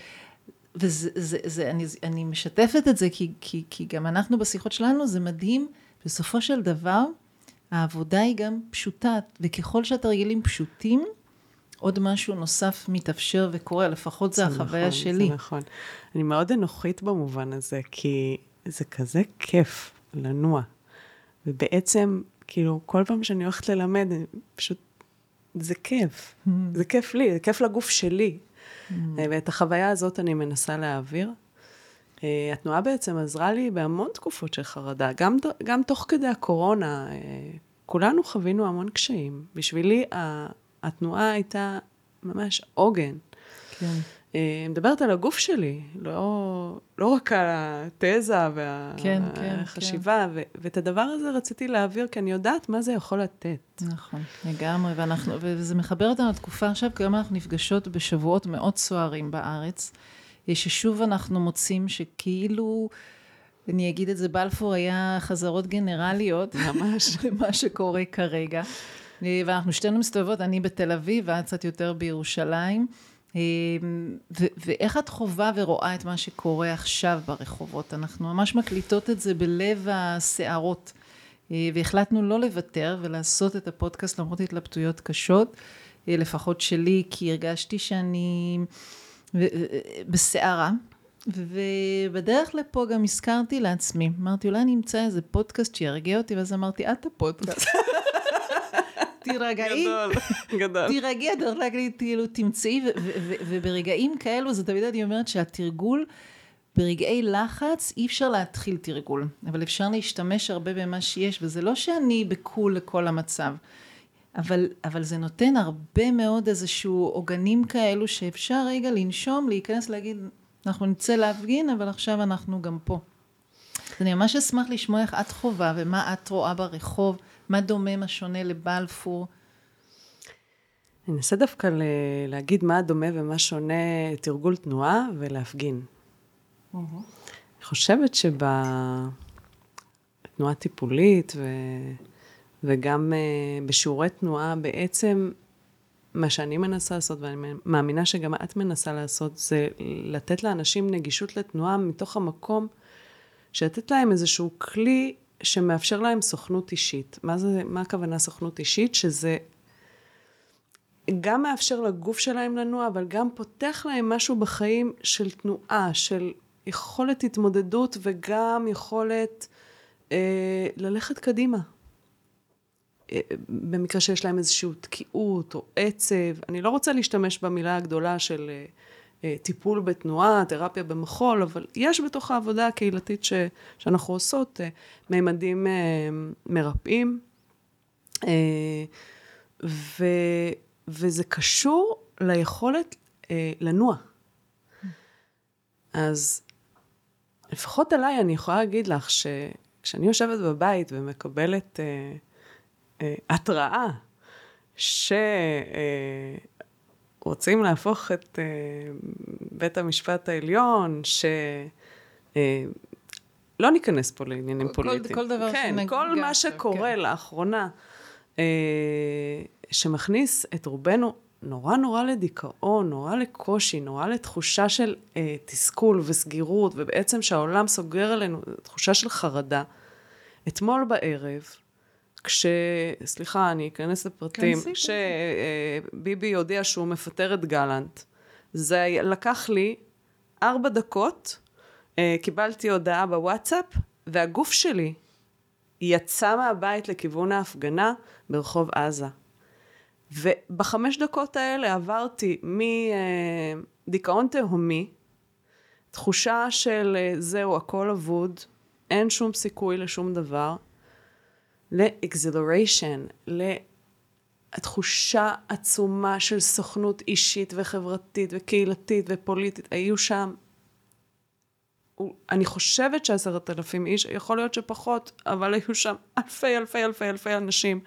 אני משתפת את זה, כי גם אנחנו בשיחות שלנו, זה מדהים. בסופו של דבר, העבודה היא גם פשוטה, וככל שהתרגילים פשוטים, עוד משהו נוסף מתאפשר וקורה, לפחות זה החוויה שלי. זה נכון. אני מאוד אנוכית במובן הזה, כי זה כזה כיף לנוע. ובעצם, כאילו, כל פעם שאני הולכת ללמד, פשוט, זה כיף. זה כיף לי, זה כיף לגוף שלי. ואת החוויה הזאת אני מנסה להעביר. התנועה בעצם עזרה לי בהמון תקופות של חרדה. גם תוך כדי הקורונה, כולנו חווינו המון קשיים. בשבילי, התנועה הייתה ממש עוגן. כן. מדברת על הגוף שלי, לא רק על התזה והחשיבה, ואת הדבר הזה רציתי להעביר, כי אני יודעת מה זה יכול לתת. נכון, לגמרי, וזה מחבר אותנו לתקופה עכשיו, כי היום אנחנו נפגשות בשבועות מאוד סוערים בארץ, ששוב אנחנו מוצאים שכאילו, אני אגיד את זה, בלפור היה חזרות גנרליות, ממש, למה שקורה כרגע, ואנחנו שתינו מסתובבות, אני בתל אביב, ואת קצת יותר בירושלים, ואיך את חובה ורואה את מה שקורה עכשיו ברחובות? אנחנו ממש מקליטות את זה בלב הסערות, והחלטנו לא לוותר ולעשות את הפודקאסט למרות התלבטויות קשות, לפחות שלי, כי הרגשתי שאני בסערה, ובדרך לפה גם הזכרתי לעצמי, אמרתי אולי אני אמצא איזה פודקאסט שירגיע אותי, ואז אמרתי את הפודקאסט. תירגעי, תירגעי, דרך להגיד, תמצאי, וברגעים כאלו, זה תמיד אני אומרת שהתרגול, ברגעי לחץ, אי אפשר להתחיל תרגול, אבל אפשר להשתמש הרבה במה שיש, וזה לא שאני בקול לכל המצב, אבל זה נותן הרבה מאוד איזשהו עוגנים כאלו, שאפשר רגע לנשום, להיכנס, להגיד, אנחנו נצא להפגין, אבל עכשיו אנחנו גם פה. אני ממש אשמח לשמוע איך את חובה, ומה את רואה ברחוב, מה דומה, מה שונה לבלפור? אני אנסה דווקא להגיד מה דומה ומה שונה תרגול תנועה ולהפגין. אני חושבת שבתנועה טיפולית וגם בשיעורי תנועה בעצם מה שאני מנסה לעשות, ואני מאמינה שגם את מנסה לעשות, זה לתת לאנשים נגישות לתנועה מתוך המקום, שלתת להם איזשהו כלי שמאפשר להם סוכנות אישית. מה הכוונה סוכנות אישית? שזה גם מאפשר לגוף שלהם לנוע, אבל גם פותח להם משהו בחיים של תנועה, של יכולת התמודדות, וגם יכולת ללכת קדימה. במקרה שיש להם איזושהי תקיעות או עצב. אני לא רוצה להשתמש במילה הגדולה של טיפול בתנועה, תרפיה במחול, אבל יש בתוך העבודה הקהילתית שאנחנו עושות ממדים מרפאים, וזה קשור ליכולת לנוע. אז לפחות עליי אני יכולה להגיד לך שכשאני יושבת בבית ומקבלת התראה רוצים להפוך את בית המשפט העליון, לא ניכנס פה לעניינים פוליטיים. כל דבר כן, כל מה שקורה לאחרונה, שמכניס את רובנו נורא לדיכאון, נורא לקושי, נורא לתחושה של תסכול וסגירות, ובעצם שהעולם סוגר עלינו, תחושה של חרדה. אתמול בערב, סליחה, אני אכנס לפרטים, כשביבי יודיע שהוא מפטר את גלנט, זה לקח לי 4 דקות, קיבלתי הודעה בוואטסאפ, והגוף שלי יצא מהבית לכיוון ההפגנה ברחוב עזה. ובחמש דקות האלה עברתי מדיכאון תהומי, תחושה של זהו, הכל אבוד, אין שום סיכוי לשום דבר, ל-exhilaration, לתחושה עצומה של סוכנות אישית וחברתית וקהילתית ופוליטית. היו שם, אני חושבת ש10,000 איש, יכול להיות שפחות, אבל היו שם אלפי אנשים,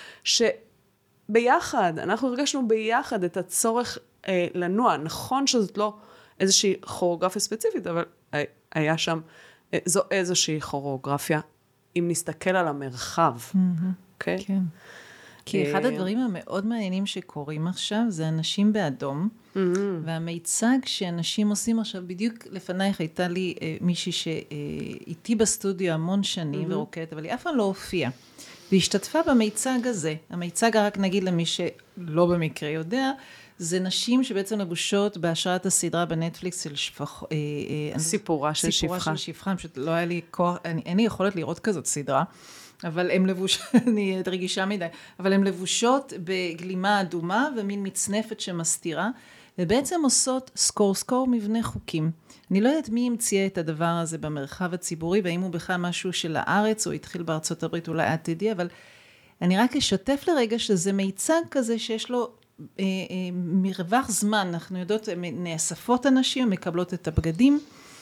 שביחד, אנחנו הרגשנו ביחד את הצורך לנוע. נכון שזאת לא איזושהי כוריאוגרפיה ספציפית, אבל היה שם, זו איזושהי כוריאוגרפיה, אם נסתכל על המרחב. אוקיי? כן. כי אחד הדברים המאוד מעניינים שקורים עכשיו, זה אנשים באדום, והמיצג שאנשים עושים עכשיו, בדיוק לפנייך הייתה לי מישהי שאיתי בסטודיו המון שנים ורוקדת, אבל היא אף פעם לא הופיעה. והשתתפה במיצג הזה. המיצג, רק נגיד למי שלא במקרה יודע, זה נשים שבעצם לבושות בהשראת הסדרה בנטפליקס של סיפורה של שפחה. סיפורה של שפחה, פשוט לא היה לי כוח, אין לי יכולת לראות כזאת סדרה, אבל הן לבושות, אני רגישה מדי, אבל הן לבושות בגלימה אדומה ומין מצנפת שמסתירה, ובעצם עושות סקור מבנה חוקים. אני לא יודעת מי המציאה את הדבר הזה במרחב הציבורי, והאם הוא בכלל משהו של הארץ, או התחיל בארצות הברית, אולי עתידי, אבל אני רק אשתף לרגע שזה מיצג כזה שיש לו מרווח זמן, אנחנו יודעות, נאספות אנשים, מקבלות את הבגדים,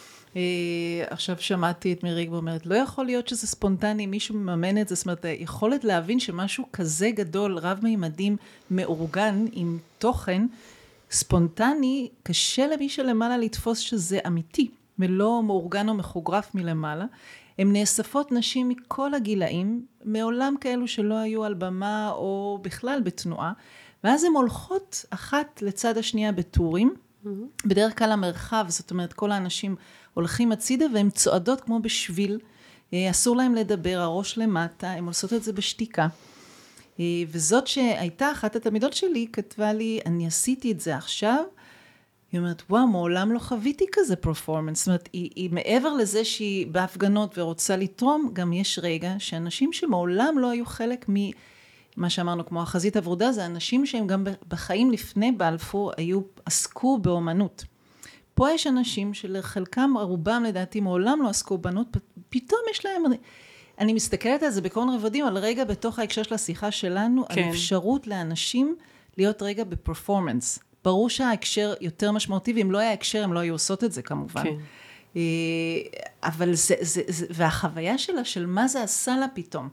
עכשיו שמעתי את מירי ואומרת, לא יכול להיות שזה ספונטני, מישהו מממן את זה, זאת אומרת, יכולת להבין שמשהו כזה גדול, רב-מימדים, מאורגן, עם תוכן, ספונטני, קשה למי שלמעלה לתפוס שזה אמיתי, ולא מאורגן או מחוגרף מלמעלה. הן נאספות נשים מכל הגילאים, מעולם כאלו שלא היו על במה או בכלל בתנועה, ואז הן הולכות אחת לצד השנייה בטורים, בדרך כלל המרחב, זאת אומרת כל האנשים הולכים הצידה והן צועדות כמו בשביל, אסור להם לדבר, הראש למטה, הן עושות את זה בשתיקה. וזאת שהייתה אחת התלמידות שלי, כתבה לי, אני עשיתי את זה עכשיו, היא אומרת, וואו, מעולם לא חוויתי כזה פרפורמנס, זאת אומרת, היא מעבר לזה שהיא בהפגנות ורוצה לתרום, גם יש רגע שאנשים שמעולם לא היו חלק מה שאמרנו כמו החזית עבודה, זה אנשים שהם גם בחיים לפני בלפור עסקו באומנות. פה יש אנשים שלחלקם, רובם לדעתי מעולם לא עסקו באומנות, פתאום יש להם, אני מסתכלת על זה בכל רבדים, על רגע בתוך ההקשר של השיחה שלנו, כן. על אפשרות לאנשים להיות רגע בפרפורמנס. ברור שההקשר יותר משמעותי, ואם לא היה הקשר, הם לא היו עושות את זה כמובן. כן. אבל והחוויה שלה, של מה זה עשה לה פתאום,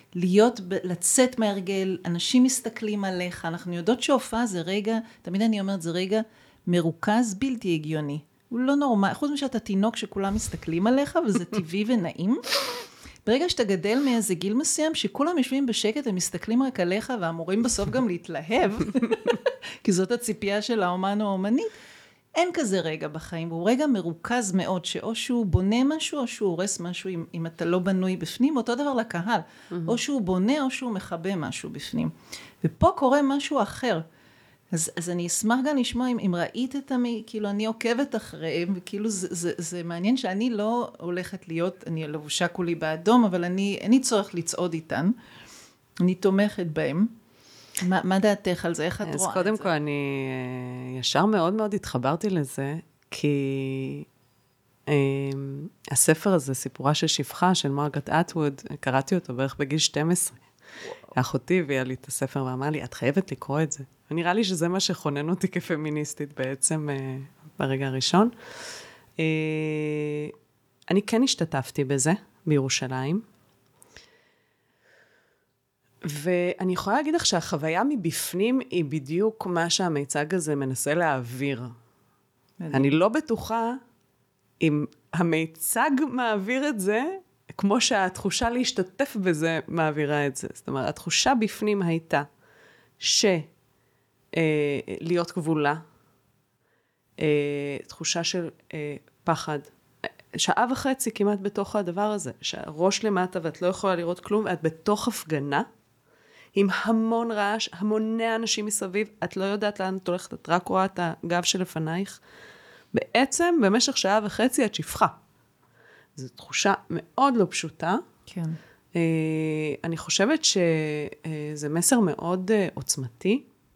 לצאת מהרגל, אנשים מסתכלים עליך, אנחנו יודעות שהופעה זה רגע, תמיד אני אומרת, זה רגע מרוכז בלתי הגיוני. הוא לא נורמל, חוץ משאתה תינוק שכולם מסתכלים עליך, וזה טבעי ונעים. ברגע שאתה גדל מאיזה גיל מסוים, שכולם יושבים בשקט ומסתכלים רק עליך, ואמורים בסוף גם להתלהב, כי זאת הציפייה של האומן או האומנית, אין כזה רגע בחיים, והוא רגע מרוכז מאוד, שאו שהוא בונה משהו, או שהוא הורס משהו, אם אתה לא בנוי בפנים, אותו דבר לקהל, או שהוא בונה, או שהוא מחבא משהו בפנים. ופה קורה משהו אחר. אז אני אשמח גם לשמוע, אם ראית את כאילו אני עוקבת אחריהם, וכאילו זה מעניין שאני לא הולכת להיות, אני לבושה כולי באדום, אבל אין לי צורך לצעוד איתן, אני תומכת בהם. מה דעתך על זה? איך את רואה את זה? אז קודם כל, אני ישר מאוד מאוד התחברתי לזה, כי הספר הזה, סיפורה של שפחה, של מרגרט אטווד, קראתי אותו בערך בגיל 12. אחותי הביאה לי את הספר ואמרה לי, את חייבת לקרוא את זה. ונראה לי שזה מה שכונן אותי כפמיניסטית בעצם ברגע הראשון. אני כן השתתפתי בזה, בירושלים, ואני יכולה להגיד לך שהחוויה מבפנים היא בדיוק מה שהמיצג הזה מנסה להעביר. אני לא בטוחה אם המיצג מעביר את זה, כמו שהתחושה להשתתף בזה מעבירה את זה. זאת אומרת, התחושה בפנים הייתה להיות גבולה, תחושה של פחד, שעה וחצי כמעט בתוך הדבר הזה, שהראש למטה ואת לא יכולה לראות כלום, ואת בתוך הפגנה, עם המון רעש, המוני אנשים מסביב, את לא יודעת לאן את הולכת, את רק רואה את הגב שלפנייך. בעצם, במשך שעה וחצי את שפחה. זו תחושה מאוד לא פשוטה. כן. אני חושבת שזה מסר מאוד עוצמתי,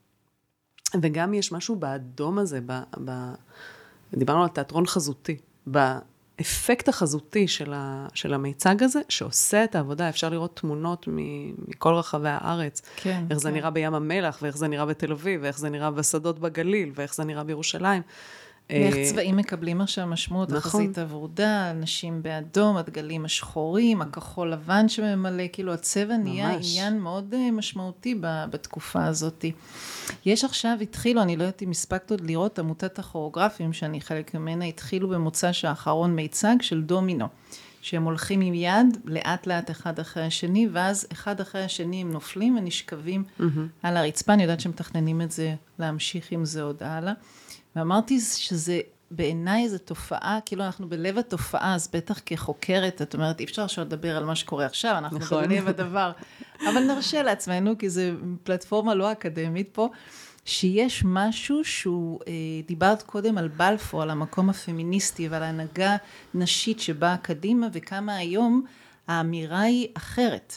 וגם יש משהו באדום הזה, דיברנו על תיאטרון חזותי, באפקט החזותי של המיצג הזה, שעושה את העבודה, אפשר לראות תמונות מכל רחבי הארץ, כן, איך זה נראה בים המלח, ואיך זה נראה בתל אביב, ואיך זה נראה בשדות בגליל, ואיך זה נראה בירושלים. ואיך צבעים מקבלים עכשיו משמעות, החזית הוורודה, אנשים באדום, הדגלים השחורים, הכחול לבן שממלא, כאילו הצבע נהיה עניין מאוד משמעותי בתקופה הזאת. יש עכשיו, התחילו, אני לא יודעת אם הספקת עוד לראות, עמותת הכוריאוגרפים, שאני חלק ממנה, התחילו במוצ"ש האחרון מיצג של דומינו, שהם הולכים עם יד, לאט לאט אחד אחרי השני, ואז אחד אחרי השני הם נופלים ונשכבים על הרצפה, אני יודעת שמתכננים את זה, להמשיך עם זה עוד הלאה. ואמרתי שזה בעיניי זו תופעה, כאילו אנחנו בלב התופעה, אז בטח כחוקרת, את אומרת, אי אפשר עכשיו לדבר על מה שקורה עכשיו, אנחנו בלב הדבר, אבל נרשה לעצמנו, כי זו פלטפורמה לא אקדמית פה, שיש משהו שהוא, דיברת קודם על בלפור, על המקום הפמיניסטי, ועל ההנהגה נשית שבאה קדימה, וכמה היום האמירה היא אחרת.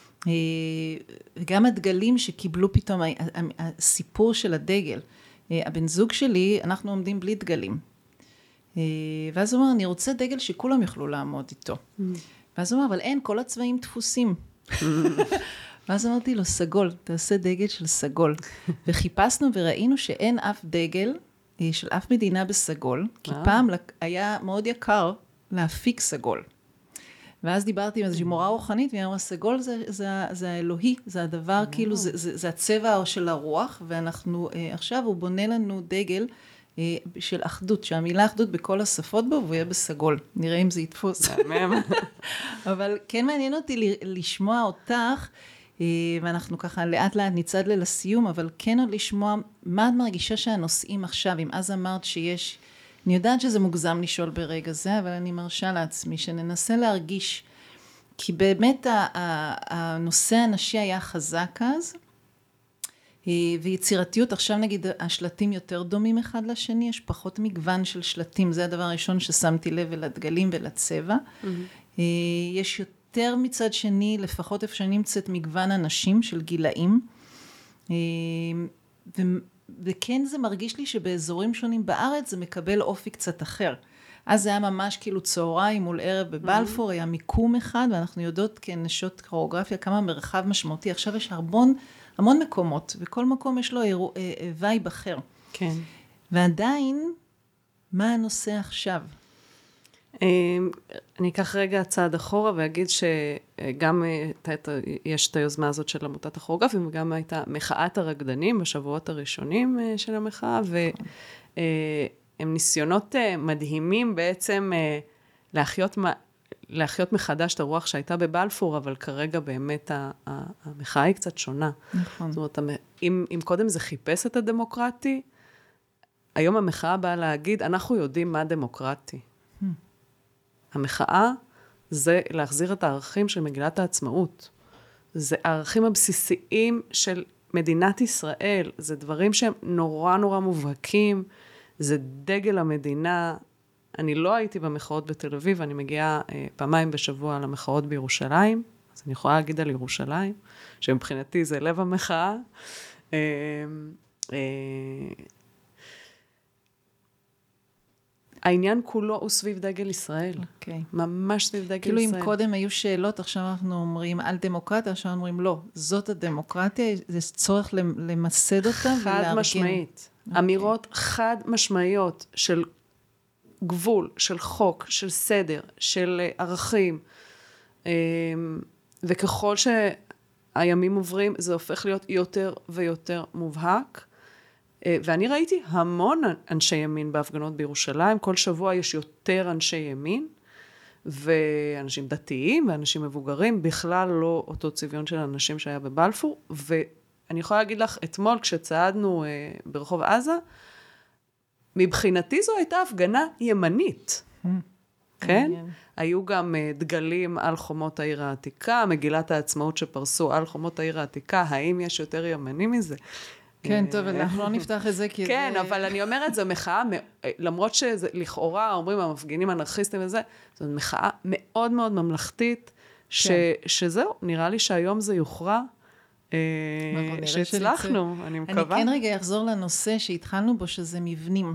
וגם הדגלים שקיבלו פתאום, הסיפור של הדגל, הבן זוג שלי, אנחנו עומדים בלי דגלים. ואז הוא אומר, אני רוצה דגל שכולם יוכלו לעמוד איתו. ואז הוא אומר, אבל אין, כל הצבעים דפוסים. ואז אמרתי לו, סגול, תעשה דגל של סגול. וחיפשנו וראינו שאין אף דגל של אף מדינה בסגול, כי פעם היה מאוד יקר להפיק סגול. ואז דיברתי עם איזושהי מורה רוחנית, והיא אמרה, סגול זה האלוהי, זה הדבר, כאילו, זה הצבע של הרוח, ואנחנו, עכשיו הוא בונה לנו דגל של אחדות, שהמילה אחדות בכל השפות בו, והוא יהיה בסגול. נראה אם זה יתפוס. אבל כן מעניין אותי לשמוע אותך, ואנחנו ככה לאט לאט נצעד לסיום, אבל כן עוד לשמוע, מה את מרגישה שהנושאים עכשיו, אם אז אמרת שיש, אני יודעת שזה מוגזם לשאול ברגע זה, אבל אני מרשה לעצמי שננסה להרגיש, כי באמת הנושא הנשי היה חזק אז, ויצירתיות, עכשיו נגיד השלטים יותר דומים אחד לשני, יש פחות מגוון של שלטים, זה הדבר הראשון ששמתי לב לדגלים ולצבע, יש יותר מצד שני, לפחות איפה שאני נמצאת מגוון אנשים של גילאים, וכן זה מרגיש לי שבאזורים שונים בארץ זה מקבל אופי קצת אחר. אז זה היה ממש כאילו צהריים מול ערב בבלפור, היה מיקום אחד, ואנחנו יודעות כנשות כוריאוגרפיה כמה מרחב משמעותי. עכשיו יש המון מקומות, וכל מקום יש לו וייב אחר. כן. ועדיין, מה הנושא עכשיו? אני אקח רגע צעד אחורה ואגיד שגם יש את היוזמה הזאת של עמותת הכוריאוגרפים, וגם הייתה מחאת הרקדנים בשבועות הראשונים של המחאה, והם ניסיונות מדהימים בעצם להחיות מחדש את הרוח שהייתה בבלפור, אבל כרגע באמת המחאה היא קצת שונה. נכון. זאת אומרת, אם קודם זה חיפש את הדמוקרטי, היום המחאה באה להגיד, אנחנו יודעים מה דמוקרטי. המחאה זה להחזיר את הערכים של מגילת העצמאות. זה הערכים הבסיסיים של מדינת ישראל, זה דברים שהם נורא נורא מובהקים, זה דגל המדינה. אני לא הייתי במחאות בתל אביב, אני מגיעה פעמיים בשבוע למחאות בירושלים, אז אני יכולה להגיד על ירושלים, שמבחינתי זה לב המחאה. העניין כולו הוא סביב דגל ישראל. אוקיי. ממש סביב דגל כאילו ישראל. אם קודם היו שאלות, עכשיו אנחנו אומרים על דמוקרטיה, עכשיו אומרים לא, זאת הדמוקרטיה, זה צורך למסד אותה ולארגן. חד משמעית. אמירות חד משמעיות של גבול, של חוק, של סדר, של ערכים. וככל שהימים עוברים, זה הופך להיות יותר ויותר מובהק. ואני ראיתי המון אנשי ימין בהפגנות בירושלים, כל שבוע יש יותר אנשי ימין, ואנשים דתיים ואנשים מבוגרים, בכלל לא אותו צביון של אנשים שהיה בבלפור, ואני יכולה להגיד לך, אתמול כשצעדנו ברחוב עזה, מבחינתי זו הייתה הפגנה ימנית, כן? היו גם דגלים על חומות העיר העתיקה, מגילת העצמאות שפרסו על חומות העיר העתיקה, האם יש יותר ימני מזה? כן, טוב, אנחנו לא נפתח את זה, כי כן, אבל אני אומרת, זו מחאה, למרות שלכאורה אומרים המפגינים אנרכיסטים וזה, זו מחאה מאוד מאוד ממלכתית, שזהו, נראה לי שהיום זה יוכרע, שהצלחנו, אני מקווה. אני כן רגע אחזור לנושא שהתחלנו בו, שזה מבנים.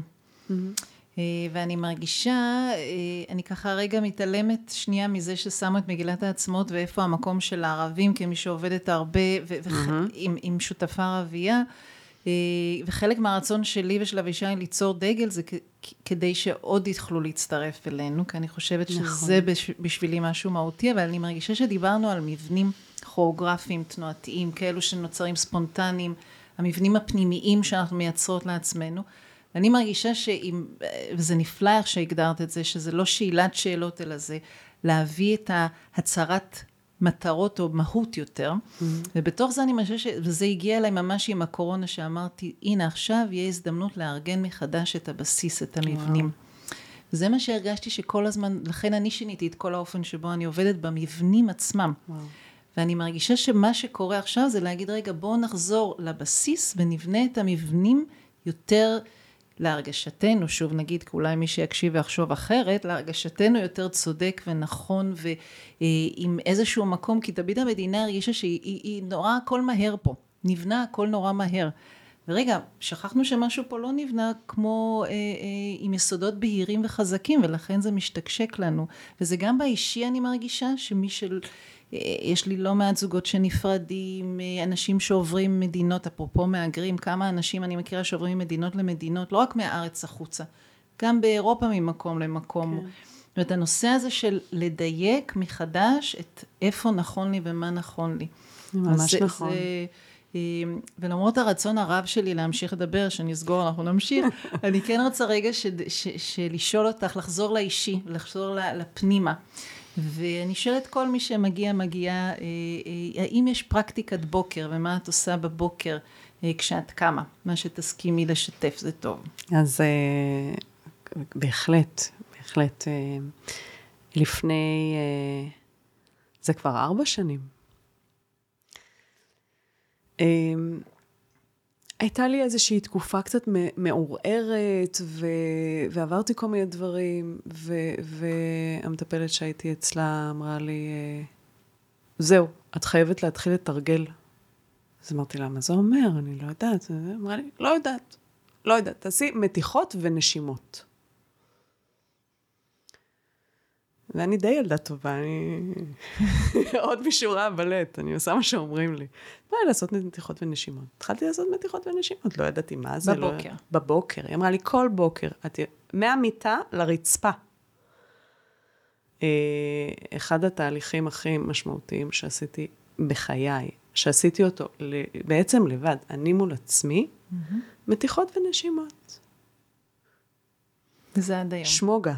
ואני מרגישה, אני ככה רגע מתעלמת שנייה מזה ששמו את מגילת העצמאות, ואיפה המקום של הערבים, כמי שעובדת הרבה, עם שותפה ערבייה, וחלק מהרצון שלי ושל אבישי ליצור דגל, זה כדי שעוד יוכלו להצטרף אלינו, כי אני חושבת שזה בשבילי משהו מהותי, אבל אני מרגישה שדיברנו על מבנים כוריאוגרפיים, תנועתיים, כאלו שנוצרים ספונטניים, המבנים הפנימיים שאנחנו מייצרות לעצמנו, ואני מרגישה וזה נפלא איך שהגדרת את זה, שזה לא שאלת שאלות, אלא זה להביא את ההצהרת מטרות או מהות יותר, ובתוך זה אני מרגישה וזה הגיע אליי ממש עם הקורונה, שאמרתי, הנה עכשיו יהיה הזדמנות לארגן מחדש את הבסיס, את המבנים. וזה מה שהרגשתי שכל הזמן, לכן אני שיניתי את כל האופן שבו אני עובדת במבנים עצמם. ואני מרגישה שמה שקורה עכשיו זה להגיד, רגע, בואו נחזור לבסיס ונבנה את המבנים יותר להרגשתנו, שוב נגיד, כי אולי מי שיקשיב ויחשוב אחרת, להרגשתנו יותר צודק ונכון, ועם איזשהו מקום, כי תמיד המדינה הרגישה שהיא נורא הכל מהר פה, נבנה הכל נורא מהר. ורגע, שכחנו שמשהו פה לא נבנה כמו עם יסודות בהירים וחזקים, ולכן זה משתקשק לנו. וזה גם באישי אני מרגישה, יש לי לא מעט זוגות שנפרדים, אנשים שעוברים מדינות, אפרופו מהגרים, כמה אנשים אני מכירה שעוברים ממדינות למדינות, לא רק מהארץ החוצה, גם באירופה ממקום למקום. כן. זאת אומרת, הנושא הזה של לדייק מחדש את איפה נכון לי ומה נכון לי. ממש נכון. ולמרות הרצון הרב שלי להמשיך לדבר, שאני אסגור, אנחנו נמשיך, אני כן רוצה רגע לשאול אותך, לחזור לאישי, לחזור לפנימה. ואני שואלת כל מי שמגיע, האם יש פרקטיקת בוקר, ומה את עושה בבוקר כשאת קמה? מה שתסכימי לשתף, זה טוב. אז בהחלט, לפני, זה כבר 4 שנים. הייתה לי איזושהי תקופה קצת מעורערת, ועברתי כל מיני דברים, והמטפלת שהייתי אצלה אמרה לי, זהו, את חייבת להתחיל לתרגל. אז אמרתי לה, מה זה אומר? אני לא יודעת. אמרה לי, לא יודעת, תעשי מתיחות ונשימות. ואני די ילדה טובה, אני עוד משורה הבלט, אני עושה מה שאומרים לי. מה לעשות מתיחות ונשימות? התחלתי לעשות מתיחות ונשימות, לא ידעתי מה זה. בבוקר. בבוקר, היא אמרה לי כל בוקר, מהמיטה לרצפה. אחד התהליכים הכי משמעותיים שעשיתי בחיי, שעשיתי אותו בעצם לבד, אני מול עצמי, מתיחות ונשימות. וזה עד היום. שמוגה.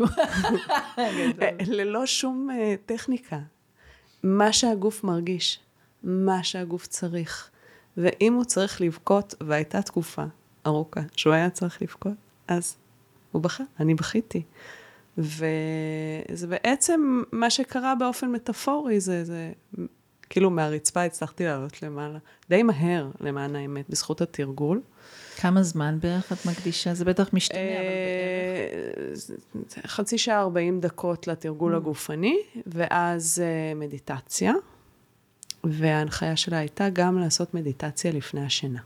ללא שום טכניקה. מה שהגוף מרגיש, מה שהגוף צריך. ואם הוא צריך לבכות, והייתה תקופה ארוכה שהוא היה צריך לבכות, אז הוא בכה, אני בכיתי. וזה בעצם מה שקרה באופן מטאפורי, זה כאילו מהרצפה הצלחתי לעלות למעלה. די מהר, למען האמת, בזכות התרגול. כמה זמן בערך את מקדישה? זה בטח משתנה, אבל בערך. חצי שעה 40 דקות לתרגול הגופני, ואז מדיטציה, וההנחיה שלה הייתה גם לעשות מדיטציה לפני השינה.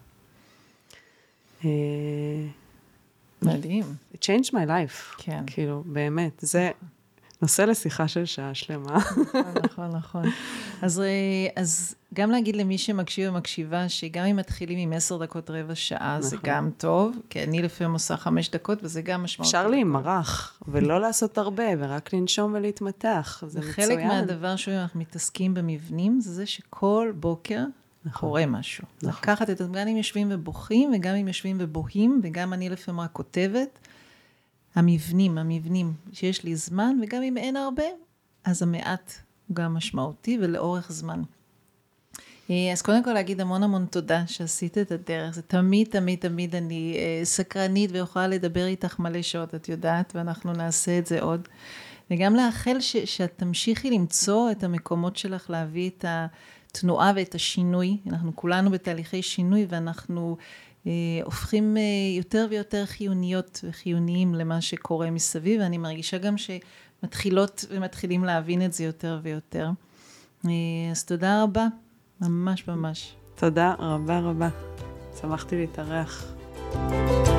מדהים. It changed my life. כן. כאילו, באמת, זה נושא לשיחה של שעה שלמה. נכון. אז גם להגיד למי שמקשיב ומקשיבה, שגם אם מתחילים עם 10 דקות רבע שעה, זה גם טוב, כי אני לפעמים עושה 5 דקות, וזה גם משמעותי. אפשר להימרח, ולא לעשות הרבה, ורק לנשום ולהתמתח, זה מצוין. וחלק מהדבר שאנחנו מתעסקים במבנים, זה שכל בוקר קורה משהו. לקחת את גם אם יושבים ובוכים, וגם אם יושבים ובוהים, וגם אני לפעמים רק כותבת, המבנים, שיש לי זמן, וגם אם אין הרבה, אז המעט הוא גם משמעותי, ולאורך זמן. אז קודם כל להגיד המון תודה שעשית את הדרך, זה תמיד אני סקרנית, ויכולה לדבר איתך מלא שעות, את יודעת, ואנחנו נעשה את זה עוד. וגם לאחל שאת תמשיכי למצוא את המקומות שלך, להביא את התנועה ואת השינוי, אנחנו כולנו בתהליכי שינוי, ואנחנו הופכים יותר ויותר חיוניות וחיוניים למה שקורה מסביב, ואני מרגישה גם שמתחילות ומתחילים להבין את זה יותר ויותר. אז תודה רבה. ממש ממש. תודה רבה רבה. שמחתי להתארח.